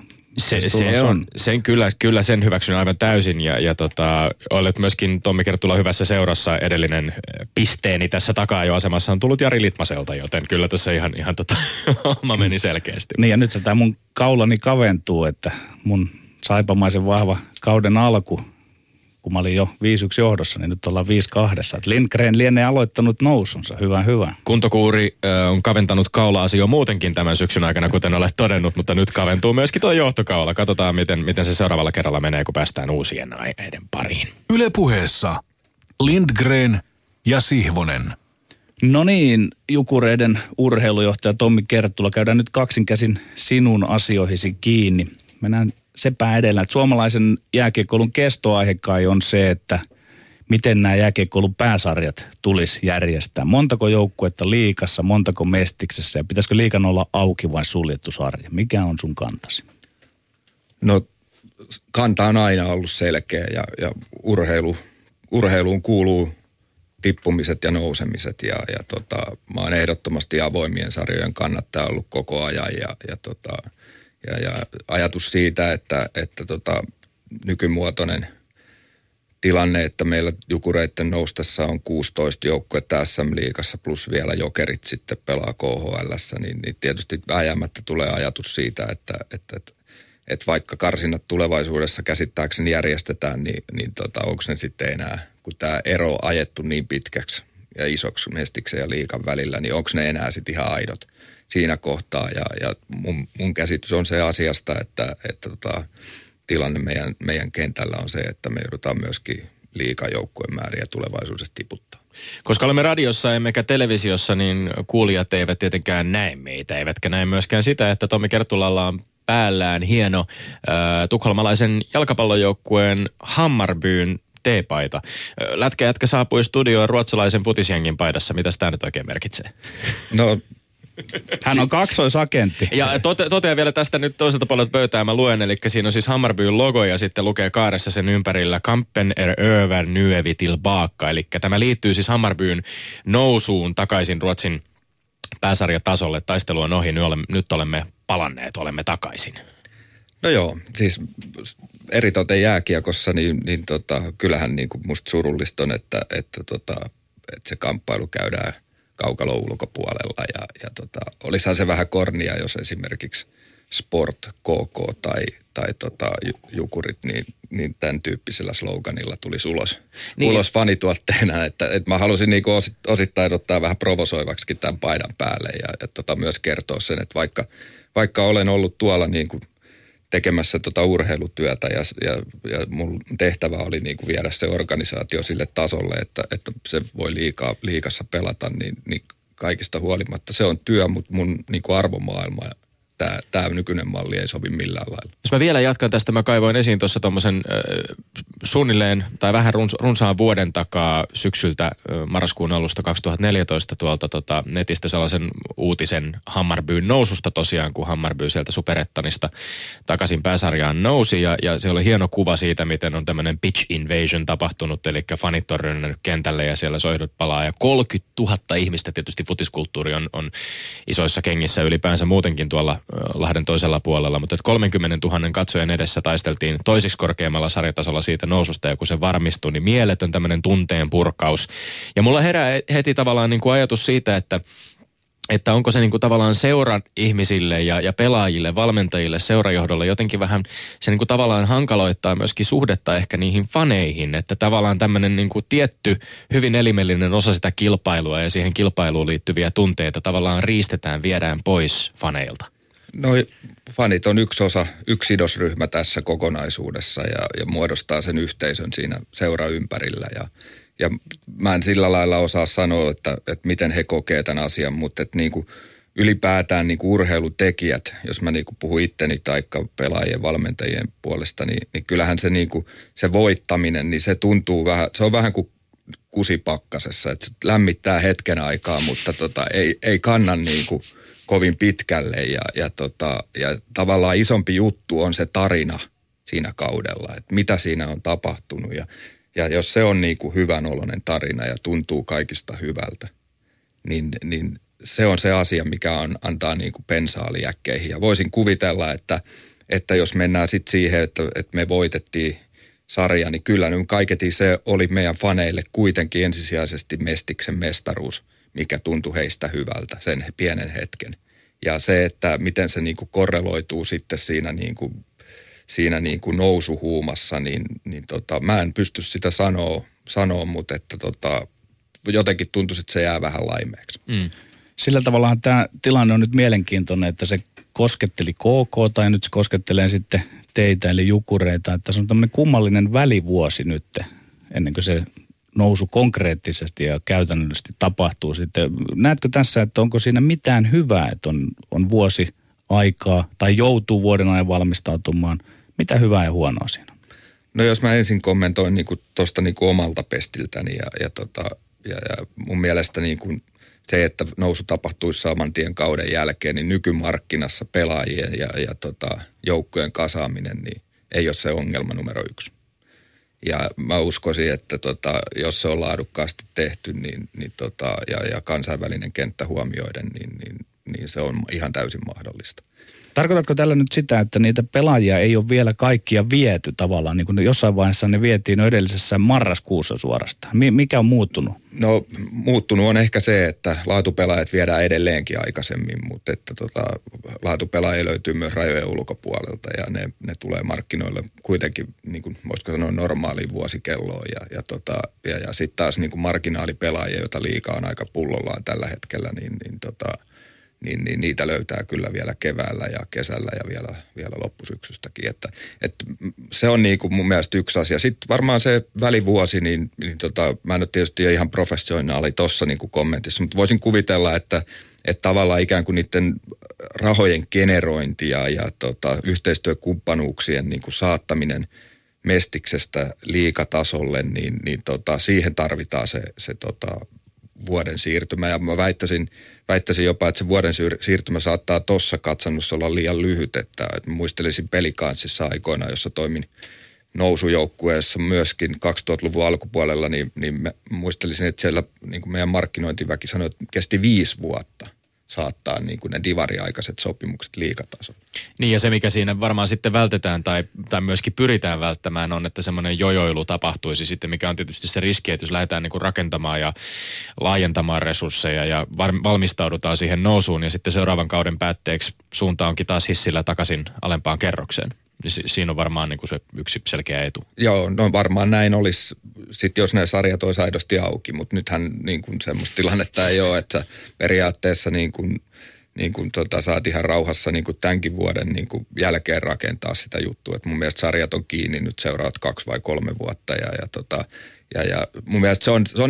Sen kyllä sen hyväksyn aivan täysin ja olet myöskin Tommi Kerttula hyvässä seurassa. Edellinen pisteeni tässä takaa-ajoasemassa on tullut Jari Litmaselta, joten kyllä tässä ihan homma meni selkeästi. Niin ja nyt tämä mun kaulani kaventuu, että mun saipamaisen vahva kauden alku, kun mä olin jo 5-1 johdossa, niin nyt ollaan 5-2. Lindgren lienee aloittanut nousunsa. Hyvä. Kuntokuuri on kaventanut kaulaasi jo muutenkin tämän syksyn aikana, kuten olet todennut, mutta nyt kaventuu myöskin tuo johtokaula. Katsotaan, miten se seuraavalla kerralla menee, kun päästään uusien aiheiden pariin. Yle Puheessa Lindgren ja Sihvonen. No niin, Jukureiden urheilujohtaja Tommi Kerttula, käydään nyt kaksinkäsin sinun asioihisi kiinni. Mennään sepä edellä, että suomalaisen jääkiekkoilun kestoaihe kai on se, että miten nämä jääkiekkoilun pääsarjat tulisi järjestää. Montako joukkuetta liigassa, montako mestiksessä ja pitäisikö liigan olla auki vai suljettu sarja? Mikä on sun kantasi? No kanta on aina ollut selkeä ja urheiluun kuuluu tippumiset ja nousemiset ja mä oon ehdottomasti avoimien sarjojen kannattaja ollut koko ajan ja ajatus siitä, että nykymuotoinen tilanne, että meillä Jukureiden noustessa on 16 joukkuetta SM-liigassa plus vielä Jokerit sitten pelaa KHL:ssä, niin tietysti vääjäämättä tulee ajatus siitä, että vaikka karsinnat tulevaisuudessa käsittääkseni järjestetään, niin onko ne sitten enää, kun tämä ero on ajettu niin pitkäksi ja isoksi mestiksen ja liigan välillä, niin onko ne enää sitten ihan aidot siinä kohtaa. Ja mun käsitys on se asiasta, että tilanne meidän kentällä on se, että me joudutaan myöskin liigajoukkueen määriä tulevaisuudessa tiputtaa. Koska olemme radiossa emmekä televisiossa, niin kuulijat eivät tietenkään näe meitä, eivätkä näe myöskään sitä, että Tommi Kertulalla on päällään hieno tukholmalaisen jalkapallojoukkueen Hammarbyn T-paita. Lätkäjätkä saapui studioon ruotsalaisen futisjengin paidassa. Mitäs tämä nyt oikein merkitsee? No, hän on kaksoisagentti. Ja totean vielä tästä nyt toiselta puolelta pöytää, mä luen, eli siinä on siis Hammarbyn logo ja sitten lukee kaaressa sen ympärillä Kampen över nyövi tillbaka, eli tämä liittyy siis Hammarbyn nousuun takaisin Ruotsin pääsarjatasolle. Taistelu on ohi, nyt olemme palanneet, olemme takaisin. No joo, siis eritoten jääkiekossa, niin kyllähän niin kuin musta surullista on, että se kamppailu käydään kaukalon ulkopuolella ja olisihan se vähän kornia, jos esimerkiksi Sport, KK tai Jukurit, niin tämän tyyppisellä sloganilla tulisi ulos fanituotteena, että mä halusin niinku osittain ottaa vähän provosoivaksikin tämän paidan päälle ja myös kertoa sen, että vaikka olen ollut tuolla niinku tekemässä urheilutyötä ja mun tehtävä oli niinku viedä se organisaatio sille tasolle, että se voi liigassa pelata, niin kaikista huolimatta se on työ, mutta mun niinku arvomaailma tämä nykyinen malli ei sovi millään lailla. Jos mä vielä jatkan tästä, mä kaivoin esiin tuossa tommosen suunnilleen tai vähän runsaan vuoden takaa syksyltä marraskuun alusta 2014 tuolta netistä sellaisen uutisen Hammarbyn noususta tosiaan, kun Hammarby sieltä Superettanista takaisin pääsarjaan nousi ja se oli hieno kuva siitä, miten on tämmöinen pitch invasion tapahtunut, eli fanit on rynnännyt kentälle ja siellä soihdut palaa ja 30 000 ihmistä, tietysti futiskulttuuri on isoissa kengissä ylipäänsä muutenkin tuolla Lahden toisella puolella, mutta 30 000 katsojan edessä taisteltiin toisiksi korkeammalla sarjatasolla siitä noususta, ja kun se varmistui, niin mieletön tämmöinen tunteen purkaus. Ja mulla herää heti tavallaan niin kuin ajatus siitä, että onko se niin kuin tavallaan seuran ihmisille ja pelaajille, valmentajille, seurajohdolle jotenkin vähän se niin kuin tavallaan hankaloittaa myöskin suhdetta ehkä niihin faneihin, että tavallaan tämmöinen niin kuin tietty hyvin elimellinen osa sitä kilpailua ja siihen kilpailuun liittyviä tunteita tavallaan riistetään, viedään pois faneilta. No fanit on yksi sidosryhmä tässä kokonaisuudessa ja muodostaa sen yhteisön siinä seura ympärillä ja mä en sillä lailla osaa sanoa, että miten he kokee tämän asian, mutta että niinku ylipäätään niinku urheilutekijät, jos mä niinku puhun itteni tai pelaajien valmentajien puolesta, niin kyllähän se, niinku, se voittaminen, niin se tuntuu vähän, se on vähän kuin kusipakkasessa, että se lämmittää hetken aikaa, mutta ei kanna niinku kovin pitkälle ja tavallaan isompi juttu on se tarina siinä kaudella, että mitä siinä on tapahtunut ja jos se on niin kuin hyvän oloinen tarina ja tuntuu kaikista hyvältä, niin se on se asia, mikä antaa niin kuin pensaa liäkkeihin. Ja voisin kuvitella, että jos mennään sitten siihen, että me voitettiin sarja, niin kyllä nyt kaiketi se oli meidän faneille kuitenkin ensisijaisesti Mestiksen mestaruus, mikä tuntui heistä hyvältä sen pienen hetken. Ja se, että miten se niin kuin korreloituu sitten siinä niin kuin nousuhuumassa, niin mä en pysty sitä sanoa, mutta että jotenkin tuntuisi, että se jää vähän laimeeksi. Mm. Sillä tavallahan tämä tilanne on nyt mielenkiintoinen, että se kosketteli KK ja nyt se koskettelee sitten teitä eli Jukureita, että se on tämmöinen kummallinen välivuosi nyt ennen kuin se nousu konkreettisesti ja käytännöllisesti tapahtuu sitten. Näetkö tässä, että onko siinä mitään hyvää, että on vuosi aikaa tai joutuu vuoden ajan valmistautumaan? Mitä hyvää ja huonoa siinä? No jos mä ensin kommentoin niin tuosta niin omalta pestiltäni ja mun mielestä niin kuin se, että nousu tapahtuisi saman tien kauden jälkeen, niin nykymarkkinassa pelaajien ja joukkojen kasaaminen niin ei ole se ongelma numero 1. Ja mä uskoisin, että jos se on laadukkaasti tehty ja kansainvälinen kenttä huomioiden, niin se on ihan täysin mahdollista. Tarkoitatko tällä nyt sitä, että niitä pelaajia ei ole vielä kaikkia viety tavallaan, niin kuin jossain vaiheessa ne vietiin edellisessä marraskuussa suorastaan? Mikä on muuttunut? No muuttunut on ehkä se, että laatupelaajat viedään edelleenkin aikaisemmin, mutta että laatupelaajia löytyy myös rajojen ulkopuolelta ja ne tulee markkinoille kuitenkin, niin kuin voisiko sanoa, normaaliin vuosikelloon ja sitten taas niin kuin marginaalipelaajia, joita liiga on aika pullollaan tällä hetkellä, niin niitä löytää kyllä vielä keväällä ja kesällä ja vielä loppusyksystäkin. Että se on niin kuin mun mielestä yksi asia. Sitten varmaan se välivuosi, niin mä en ole tietysti ihan professionaali tuossa niin kuin kommentissa, mutta voisin kuvitella, että tavallaan ikään kuin niiden rahojen generointi ja yhteistyökumppanuuksien niin kuin saattaminen mestiksestä liigatasolle, niin siihen tarvitaan se vuoden siirtymä. Ja mä väittäisin jopa, että se vuoden siirtymä saattaa tuossa katsannossa olla liian lyhyt, että muistelisin Pelicansissa aikoina, jossa toimin nousujoukkueessa myöskin 2000-luvun alkupuolella, niin muistelisin, että siellä niin kuin meidän markkinointiväki sanoi, että kesti 5 vuotta saattaa niin kuin ne divariaikaiset sopimukset liigatasolle. Niin ja se, mikä siinä varmaan sitten vältetään tai myöskin pyritään välttämään on, että semmoinen jojoilu tapahtuisi sitten, mikä on tietysti se riski, että jos lähdetään niin kuin rakentamaan ja laajentamaan resursseja ja valmistaudutaan siihen nousuun ja sitten seuraavan kauden päätteeksi suunta onkin taas hissillä takaisin alempaan kerrokseen. Siinä on varmaan niin kuin se yksi selkeä etu. Joo, no varmaan näin olisi, sitten jos ne sarjat olisi aidosti auki, mutta nythän niin kuin semmoista tilannetta ei ole, että periaatteessa niin kuin saat ihan rauhassa niin kuin tämänkin vuoden niin kuin jälkeen rakentaa sitä juttua. Et mun mielestä sarjat on kiinni nyt seuraavat 2 vai 3 vuotta ja mun mielestä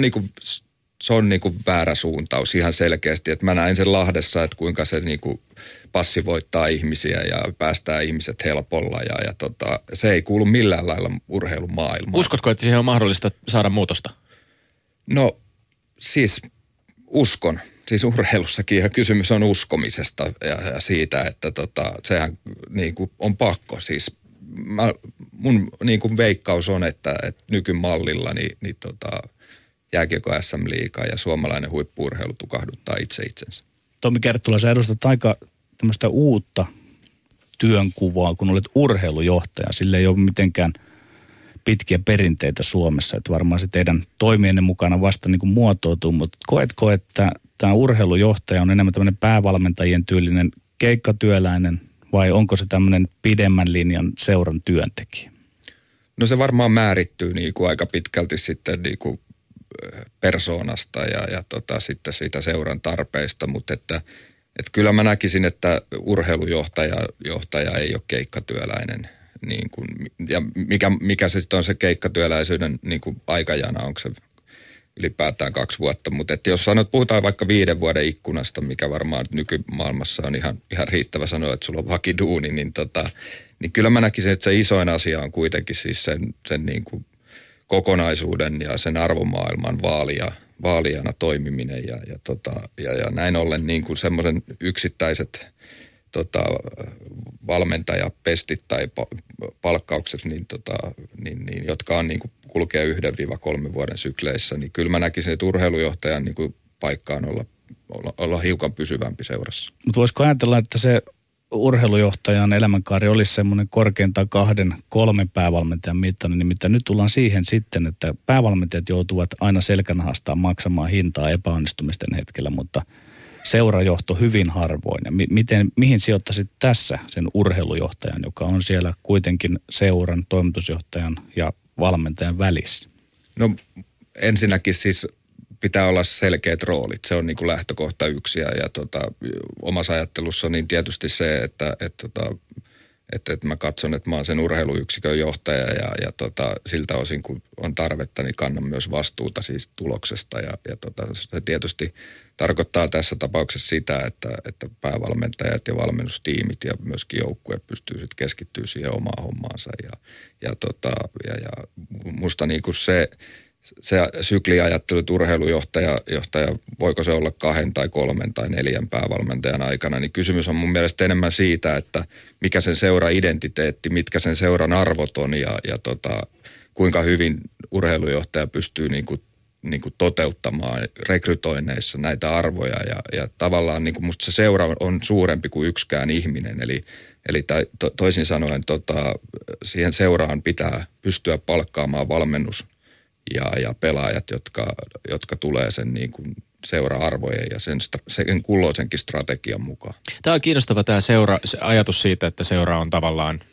se on niin kuin väärä suuntaus ihan selkeästi, että mä näin sen Lahdessa, että kuinka se niin kuin passivoittaa ihmisiä ja päästää ihmiset helpolla ja se ei kuulu millään lailla urheilun maailmaan. Uskotko, että siihen on mahdollista saada muutosta? No siis uskon. Siis urheilussakin ihan kysymys on uskomisesta ja siitä, että sehän niin kuin on pakko. Siis mun niin kuin veikkaus on, että nykymallilla niin jääkiekko SM-liiga ja suomalainen huippu-urheilu tukahduttaa itse itsensä. Tommi Kerttula, sä edustat aika tämmöistä uutta työnkuvaa, kun olet urheilujohtaja. Sillä ei ole mitenkään pitkiä perinteitä Suomessa, että varmaan se teidän toimienne mukana vasta niin kuin muotoutuu, mutta koetko, että tämä urheilujohtaja on enemmän tämmöinen päävalmentajien tyylinen keikkatyöläinen vai onko se tämmöinen pidemmän linjan seuran työntekijä? No se varmaan määrittyy niin kuin aika pitkälti sitten niin kuin persoonasta ja sitten siitä seuran tarpeista, mutta että kyllä mä näkisin, että urheilujohtaja ei ole keikkatyöläinen. Niin kuin, ja mikä se sitten on se keikkatyöläisyyden niin kuin aikajana, onko se ylipäätään 2 vuotta. Mutta että jos puhutaan vaikka 5 vuoden ikkunasta, mikä varmaan nykymaailmassa on ihan riittävä sanoa, että sulla on vakiduuni, niin kyllä mä näkisin, että se isoin asia on kuitenkin siis sen niin kuin kokonaisuuden ja sen arvomaailman vaalijana toimiminen ja näin ollen niin kuin semmoisen yksittäiset valmentajapestit tai palkkaukset, niin, jotka on niin kuin kulkee 1-3 vuoden sykleissä, niin kyllä mä näkisin, että urheilujohtajan niin kuin paikka on olla hiukan pysyvämpi seurassa. Mutta voisiko ajatella, että se urheilujohtajan elämänkaari olisi semmoinen korkeintaan 2-3 päävalmentajan mittainen, nimittäin nyt tullaan siihen sitten, että päävalmentajat joutuvat aina selkänahastaan maksamaan hintaa epäonnistumisten hetkellä, mutta seurajohto hyvin harvoin. Ja mihin sijoittaisit tässä sen urheilujohtajan, joka on siellä kuitenkin seuran, toimitusjohtajan ja valmentajan välissä? No ensinnäkin siis pitää olla selkeät roolit. Se on niin kuin lähtökohta 1 ja omassa ajattelussa niin tietysti se, että mä katson, että mä oon sen urheiluyksikön johtaja ja siltä osin kun on tarvetta, niin kannan myös vastuuta siis tuloksesta ja se tietysti tarkoittaa tässä tapauksessa sitä, että päävalmentajat ja valmennustiimit ja myöskin joukkue pystyy sitten keskittyä siihen omaan hommaansa ja musta niin kuin se sykliajattelu, että urheilujohtaja, voiko se olla 2 tai 3 tai 4 päävalmentajan aikana, niin kysymys on mun mielestä enemmän siitä, että mikä sen seuran identiteetti, mitkä sen seuran arvot on ja kuinka hyvin urheilujohtaja pystyy niin kuin toteuttamaan rekrytoinneissa näitä arvoja ja tavallaan niin kuin musta se seura on suurempi kuin yksikään ihminen, eli toisin sanoen siihen seuraan pitää pystyä palkkaamaan valmennus ja pelaajat, jotka tulee sen niin kuin seura-arvojen ja sen kulloisenkin strategian mukaan. Tämä on kiinnostava se ajatus siitä, että seura on tavallaan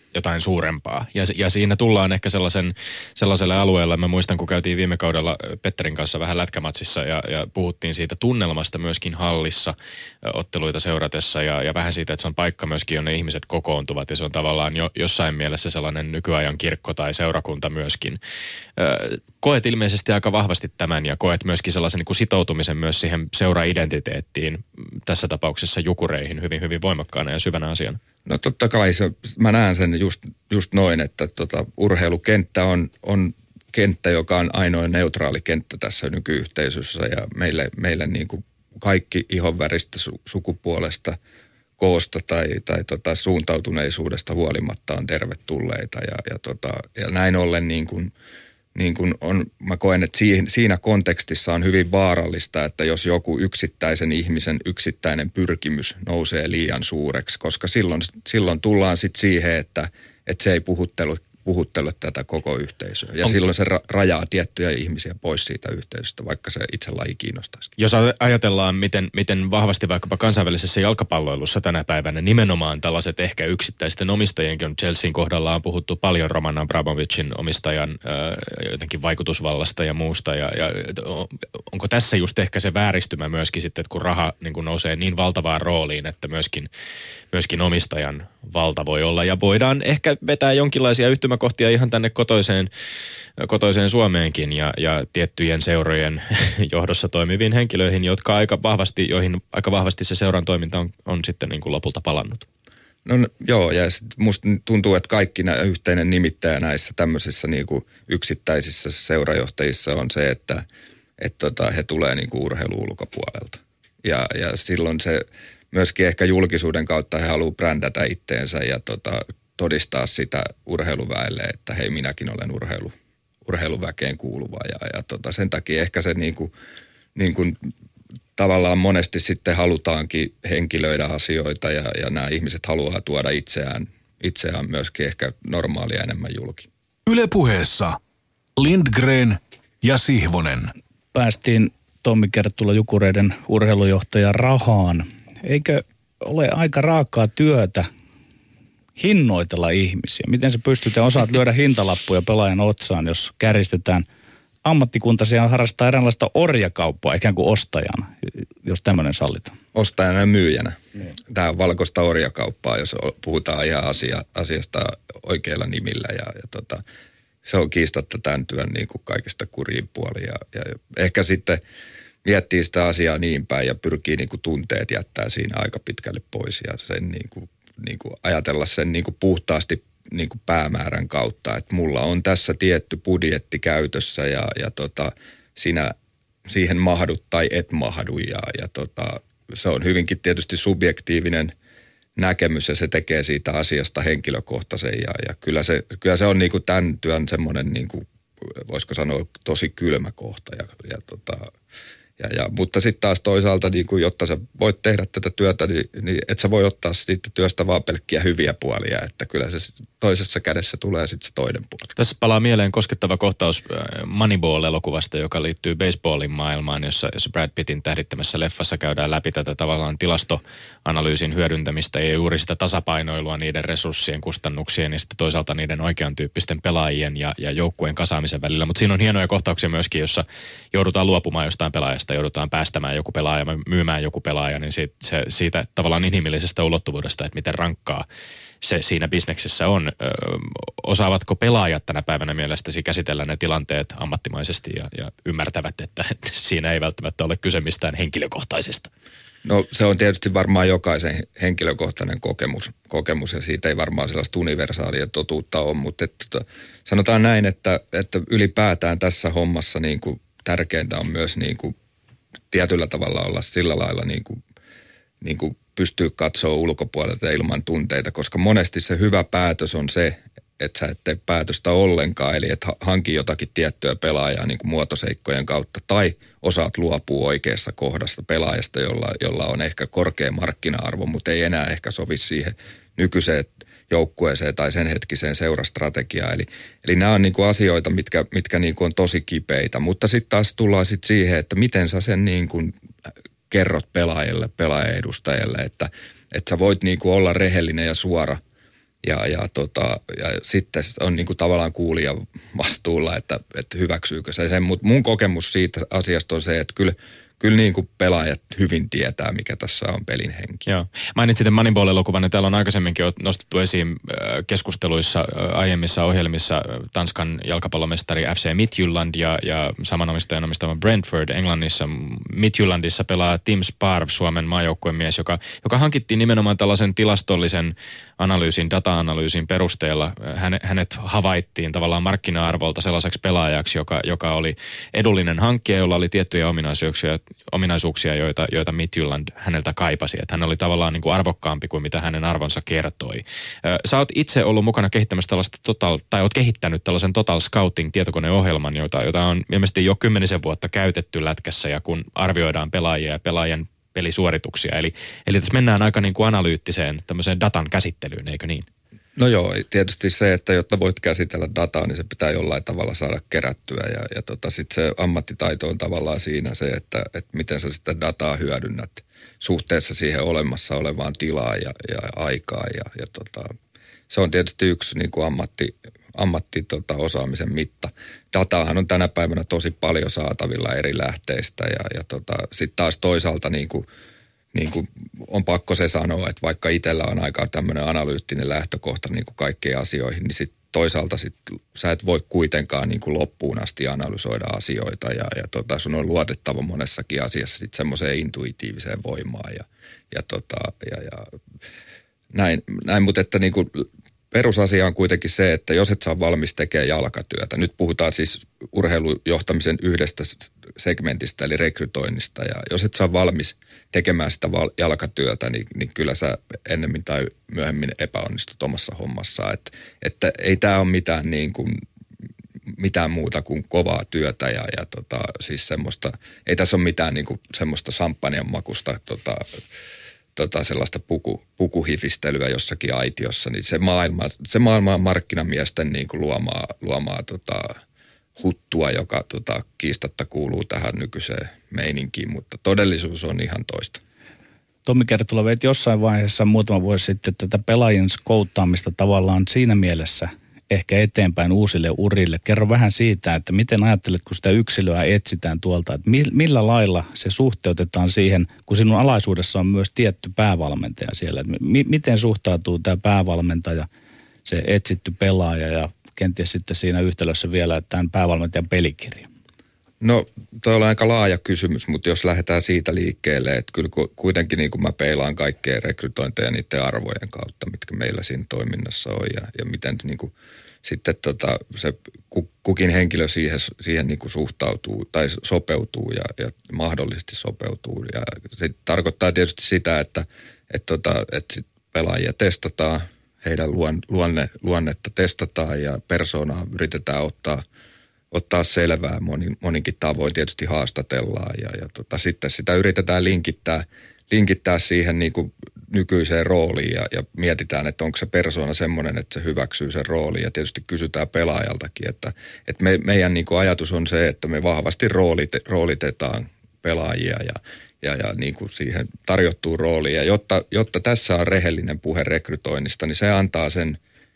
jotain suurempaa. Ja siinä tullaan ehkä sellaiselle alueelle. Mä muistan, kun käytiin viime kaudella Petterin kanssa vähän lätkämatsissa ja puhuttiin siitä tunnelmasta myöskin hallissa otteluita seuratessa ja vähän siitä, että se on paikka myöskin, jonne ihmiset kokoontuvat ja se on tavallaan jossain mielessä sellainen nykyajan kirkko tai seurakunta myöskin. Koet ilmeisesti aika vahvasti tämän ja koet myöskin sellaisen niin kuin sitoutumisen myös siihen seura-identiteettiin, tässä tapauksessa Jukureihin hyvin, hyvin voimakkaana ja syvänä asiana. No totta kai mä näen sen just noin, että urheilukenttä on kenttä, joka on ainoa neutraali kenttä tässä nykyyhteisössä ja meille niin kuin kaikki ihonväristä, sukupuolesta, koosta tai suuntautuneisuudesta huolimatta on tervetulleita ja näin ollen niin kuin on, mä koen, että siinä kontekstissa on hyvin vaarallista, että jos joku yksittäisen ihmisen yksittäinen pyrkimys nousee liian suureksi, koska silloin tullaan sitten siihen, että se ei puhuttele tätä koko yhteisöä. Ja silloin se rajaa tiettyjä ihmisiä pois siitä yhteisöstä, vaikka se itse laji kiinnostaisikin. Jos ajatellaan, miten vahvasti vaikkapa kansainvälisessä jalkapalloilussa tänä päivänä nimenomaan tällaiset ehkä yksittäisten omistajienkin on Chelsean kohdalla on puhuttu paljon Roman Abramovićin omistajan jotenkin vaikutusvallasta ja muusta. Ja onko tässä just ehkä se vääristymä myöskin sitten, että kun raha niin kun nousee niin valtavaan rooliin, että myöskin omistajan valta voi olla ja voidaan ehkä vetää jonkinlaisia yhtymäkohtia ihan tänne kotoiseen Suomeenkin ja tiettyjen seurojen johdossa toimiviin henkilöihin, joihin aika vahvasti se seuran toiminta on sitten niin kuin lopulta palannut. No joo, ja musta tuntuu, että kaikki yhteinen nimittäjä näissä tämmöisissä niin kuin yksittäisissä seurajohtajissa on se, että he tulee niin kuin urheilun ulkopuolelta. Ja silloin se myöskin ehkä julkisuuden kautta he haluaa brändätä itteensä ja todistaa sitä urheiluväelle, että hei, minäkin olen urheiluväkeen kuuluva. Ja sen takia ehkä se niin kuin tavallaan monesti sitten halutaankin henkilöidä asioita ja nämä ihmiset haluaa tuoda itseään myöskin ehkä normaalia enemmän julki. Yle Puheessa Lindgren ja Sihvonen. Päästiin Tommi Kerttula Jukureiden urheilujohtaja rahaan. Eikö ole aika raakaa työtä hinnoitella ihmisiä? Miten sä pystyt ja osaat lyödä hintalappuja pelaajan otsaan, jos kärjistetään ammattikuntaisia harrastaa eräänlaista orjakauppaa ikään kuin ostajana, jos tämmöinen sallitaan? Ostajana ja myyjänä. Tämä on valkoista orjakauppaa, jos puhutaan ihan asiasta oikeilla nimillä ja se on kiistatta tämän työn niin kuin kaikista kurjin puoli ja ehkä sitten miettii sitä asiaa niin päin ja pyrkii niin kuin tunteet jättää siinä aika pitkälle pois ja sen niin kuin ajatella sen niin kuin puhtaasti niin kuin päämäärän kautta, että mulla on tässä tietty budjetti käytössä ja sinä siihen mahdut tai et mahdu ja se on hyvinkin tietysti subjektiivinen näkemys ja se tekee siitä asiasta henkilökohtaisen ja kyllä se on niin kuin tämän työn semmoinen niin kuin, voisiko sanoa tosi kylmä kohta mutta sitten taas toisaalta, niin kun, jotta sä voit tehdä tätä työtä, niin et sä voi ottaa siitä työstä vaan pelkkiä hyviä puolia, että kyllä se toisessa kädessä tulee sitten se toinen puoli. Tässä palaa mieleen koskettava kohtaus Moneyball-elokuvasta, joka liittyy baseballin maailmaan, jossa Brad Pittin tähdittämässä leffassa käydään läpi tätä tavallaan tilastoanalyysin hyödyntämistä ja juuri sitä tasapainoilua niiden resurssien, kustannuksien ja sitten toisaalta niiden oikean tyyppisten pelaajien ja joukkueen kasaamisen välillä. Mutta siinä on hienoja kohtauksia myöskin, jossa joudutaan luopumaan jostain pelaajasta, joudutaan päästämään joku pelaaja, myymään joku pelaaja, niin siitä tavallaan inhimillisestä ulottuvuudesta, että miten rankkaa se siinä bisneksessä on. Osaavatko pelaajat tänä päivänä mielestäsi käsitellä ne tilanteet ammattimaisesti ja ymmärtävät, että siinä ei välttämättä ole kyse mistään henkilökohtaisesta? No se on tietysti varmaan jokaisen henkilökohtainen kokemus ja siitä ei varmaan sellaista universaalia totuutta ole, mutta sanotaan näin, että ylipäätään tässä hommassa niin kuin tärkeintä on myös niin kuin tietyllä tavalla olla sillä lailla niin kuin pystyy katsoa ulkopuolelta ilman tunteita, koska monesti se hyvä päätös on se, että sä et tee päätöstä ollenkaan, eli että hanki jotakin tiettyä pelaajaa niin kuin muotoseikkojen kautta, tai osaat luopua oikeassa kohdasta pelaajasta, jolla on ehkä korkea markkina-arvo, mutta ei enää ehkä sovi siihen nykyiseen joukkueeseen tai sen hetkiseen seurastrategiaan. Eli nämä on niin kuin asioita, mitkä niin kuin on tosi kipeitä, mutta sitten taas tullaan sit siihen, että miten sä sen niin kuin kerrot pelaajalle, pelaajaedustajille, että sä voit niin kuin olla rehellinen ja suora Ja sitten on niin kuin tavallaan kuulijan vastuulla, että hyväksyykö se sen. Mutta mun kokemus siitä asiasta on se, että kyllä niin kuin pelaajat hyvin tietää, mikä tässä on pelin henki. Joo. Mainitsit sitten Moneyball-elokuvan, ja täällä on aikaisemminkin nostettu esiin keskusteluissa aiemmissa ohjelmissa Tanskan jalkapallomestari FC Midtjylland ja saman omistajan omistama Brentford Englannissa. Midtjyllandissa pelaa Tim Sparv, Suomen maajoukkuemies, joka hankittiin nimenomaan tällaisen tilastollisen data-analyysin perusteella. Hänet havaittiin tavallaan markkina-arvolta sellaiseksi pelaajaksi, joka oli edullinen hankkija, jolla oli tiettyjä ominaisuuksia, joita Midtjylland häneltä kaipasi. Että hän oli tavallaan niin kuin arvokkaampi kuin mitä hänen arvonsa kertoi. Sä oot itse ollut mukana kehittämässä tällaista oot kehittänyt tällaisen Total Scouting-tietokoneohjelman, jota on ilmeisesti jo 10 vuotta käytetty lätkässä, ja kun arvioidaan pelaajia ja pelaajien pelisuorituksia. Eli tässä mennään aika niin kuin analyyttiseen tämmöiseen datan käsittelyyn, eikö niin? No joo, tietysti se, että jotta voit käsitellä dataa, niin se pitää jollain tavalla saada kerättyä. Ja sitten se ammattitaito on tavallaan siinä se, että miten sä sitä dataa hyödynnät suhteessa siihen olemassa olevaan tilaan ja aikaan. Ja se on tietysti yksi niin kuin osaamisen mitta. Dataahan on tänä päivänä tosi paljon saatavilla eri lähteistä ja sitten taas toisaalta niin kuin on pakko se sanoa, että vaikka itsellä on aika tämmöinen analyyttinen lähtökohta niin kuin kaikkiin asioihin, niin sitten toisaalta sä et voi kuitenkaan niin kuin loppuun asti analysoida asioita ja sun on luotettava monessakin asiassa sitten semmoiseen intuitiiviseen voimaan ja näin, mutta että niin kuin perusasia on kuitenkin se, että jos et saa valmis tekemään jalkatyötä, nyt puhutaan siis urheilujohtamisen yhdestä segmentistä eli rekrytoinnista, ja jos et saa valmis tekemään sitä jalkatyötä, niin kyllä sä ennemmin tai myöhemmin epäonnistut omassa hommassa. Että ei tämä ole mitään muuta kuin kovaa työtä ja siis semmoista, ei tässä ole mitään niin kuin semmoista samppanjan makusta sellaista pukuhifistelyä jossakin aitiossa, niin se maailma on markkinamiesten niin kuin luomaa huttua, joka kiistatta kuuluu tähän nykyiseen meininkiin, mutta todellisuus on ihan toista. Tommi Kertula, veit jossain vaiheessa muutama vuosi sitten tätä pelaajien skouttaamista tavallaan siinä mielessä ehkä eteenpäin uusille urille. Kerro vähän siitä, että miten ajattelet, kun sitä yksilöä etsitään tuolta, että millä lailla se suhteutetaan siihen, kun sinun alaisuudessa on myös tietty päävalmentaja siellä. Että miten suhtautuu tämä päävalmentaja, se etsitty pelaaja ja kenties sitten siinä yhtälössä vielä tämän päävalmentajan pelikirja? No, toi on aika laaja kysymys, mutta jos lähdetään siitä liikkeelle, että kyllä kuitenkin niin kuin mä peilaan kaikkea rekrytointeja niiden arvojen kautta, mitkä meillä siinä toiminnassa on ja miten niin kuin sitten se kukin henkilö siihen niin kuin suhtautuu tai sopeutuu ja mahdollisesti sopeutuu. Ja se tarkoittaa tietysti sitä, että sit pelaajia testataan, heidän luonnetta testataan ja persoonaa yritetään ottaa selvää moninkin tavoin, tietysti haastatellaan ja sitten sitä yritetään linkittää siihen niin kuin nykyiseen rooliin ja mietitään, että onko se persoona semmoinen, että se hyväksyy sen roolin ja tietysti kysytään pelaajaltakin, että meidän niin kuin ajatus on se, että me vahvasti roolitetaan pelaajia ja niin kuin siihen tarjottuu rooliin ja jotta tässä on rehellinen puhe rekrytoinnista, niin se antaa sen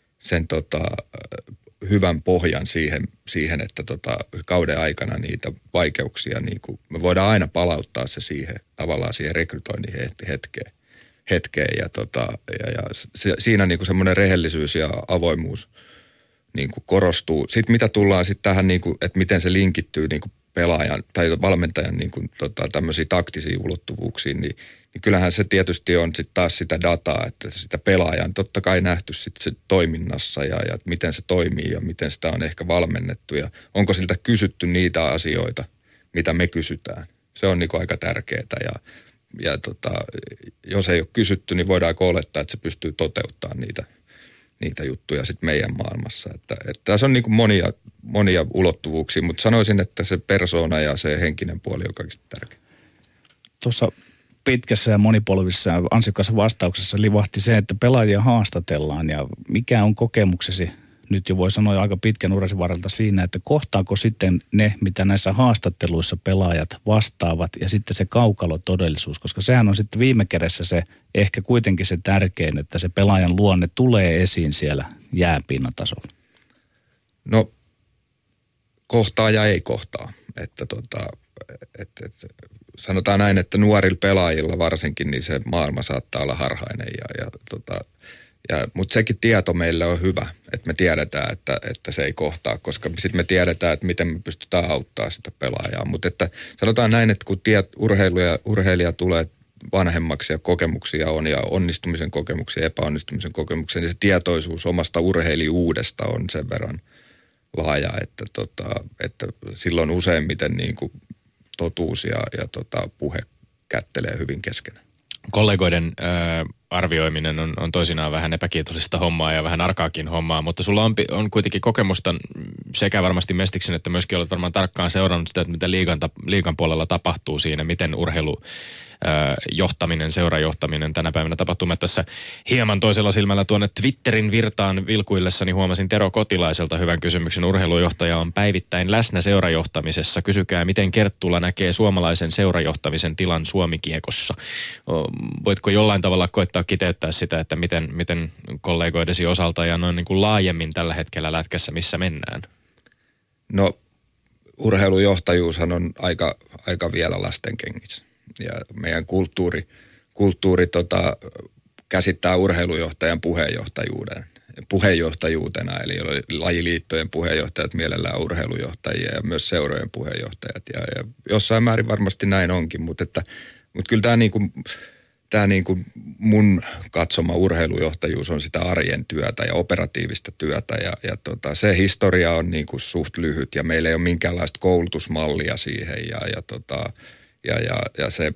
hyvän pohjan siihen että kauden aikana niitä vaikeuksia, niin kuin me voidaan aina palauttaa se siihen tavallaan siihen rekrytoinnin hetkeen ja siinä niin kuin semmoinen rehellisyys ja avoimuus niin kuin korostuu. Sitten mitä tullaan sitten tähän, niin kuin, että miten se linkittyy niin kuin pelaajan tai valmentajan niin kuin, tämmöisiin taktisiin ulottuvuuksiin, niin kyllähän se tietysti on sitten taas sitä dataa, että sitä pelaajan totta kai nähty sitten toiminnassa ja miten se toimii ja miten sitä on ehkä valmennettu ja onko siltä kysytty niitä asioita, mitä me kysytään. Se on niin kuin aika tärkeää ja jos ei ole kysytty, niin voidaanko olettaa, että se pystyy toteuttamaan niitä juttuja sitten meidän maailmassa. Että tässä on niin kuin monia ulottuvuuksia, mutta sanoisin, että se persoona ja se henkinen puoli on kaikista tärkeä. Tuossa pitkässä ja monipolvisessa ansiokkaassa vastauksessa livahti se, että pelaajia haastatellaan ja mikä on kokemuksesi nyt jo voi sanoa jo aika pitkän urasi varrelta siinä, että kohtaako sitten ne, mitä näissä haastatteluissa pelaajat vastaavat ja sitten se kaukalotodellisuus, koska sehän on sitten viime kädessä se ehkä kuitenkin se tärkein, että se pelaajan luonne tulee esiin siellä jääpinnatasolla. No kohtaa ja ei kohtaa, että sanotaan näin, että nuorilla pelaajilla varsinkin niin se maailma saattaa olla harhainen mutta sekin tieto meille on hyvä, että me tiedetään, että se ei kohtaa, koska sitten me tiedetään, että miten me pystytään auttamaan sitä pelaajaa. Mutta että sanotaan näin, että kun urheilija tulee vanhemmaksi ja kokemuksia on ja onnistumisen kokemuksia ja epäonnistumisen kokemuksia, niin se tietoisuus omasta urheilijuudesta on sen verran laaja, että silloin useimmiten niin kuin totuus ja puhe kättelee hyvin keskenään. Kollegoiden arvioiminen on toisinaan vähän epäkiitollista hommaa ja vähän arkaakin hommaa, mutta sulla on kuitenkin kokemusta sekä varmasti Mestiksen, että myöskin olet varmaan tarkkaan seurannut sitä, että mitä liigan puolella tapahtuu siinä, miten urheilujohtaminen, seurajohtaminen tänä päivänä tapahtuu. Mä tässä hieman toisella silmällä tuonne Twitterin virtaan vilkuillessani huomasin Tero Kotilaiselta hyvän kysymyksen. Urheilujohtaja on päivittäin läsnä seurajohtamisessa. Kysykää, miten Kerttula näkee suomalaisen seurajohtamisen tilan Suomi-kiekossa. Voitko jollain tavalla koettaa kiteyttää sitä, että miten kollegoidesi osalta ja noin niin kuin laajemmin tällä hetkellä lätkässä, missä mennään? No urheilujohtajuushan on aika vielä lastenkengissä. Ja meidän kulttuuri käsittää urheilujohtajan puheenjohtajuutena, eli lajiliittojen puheenjohtajat mielellään urheilujohtajia ja myös seurojen puheenjohtajat. Ja jossain määrin varmasti näin onkin, mutta kyllä tämä mun katsoma urheilujohtajuus on sitä arjen työtä ja operatiivista työtä ja se historia on niin kuin suht lyhyt ja meillä ei ole minkäänlaista koulutusmallia siihen ja se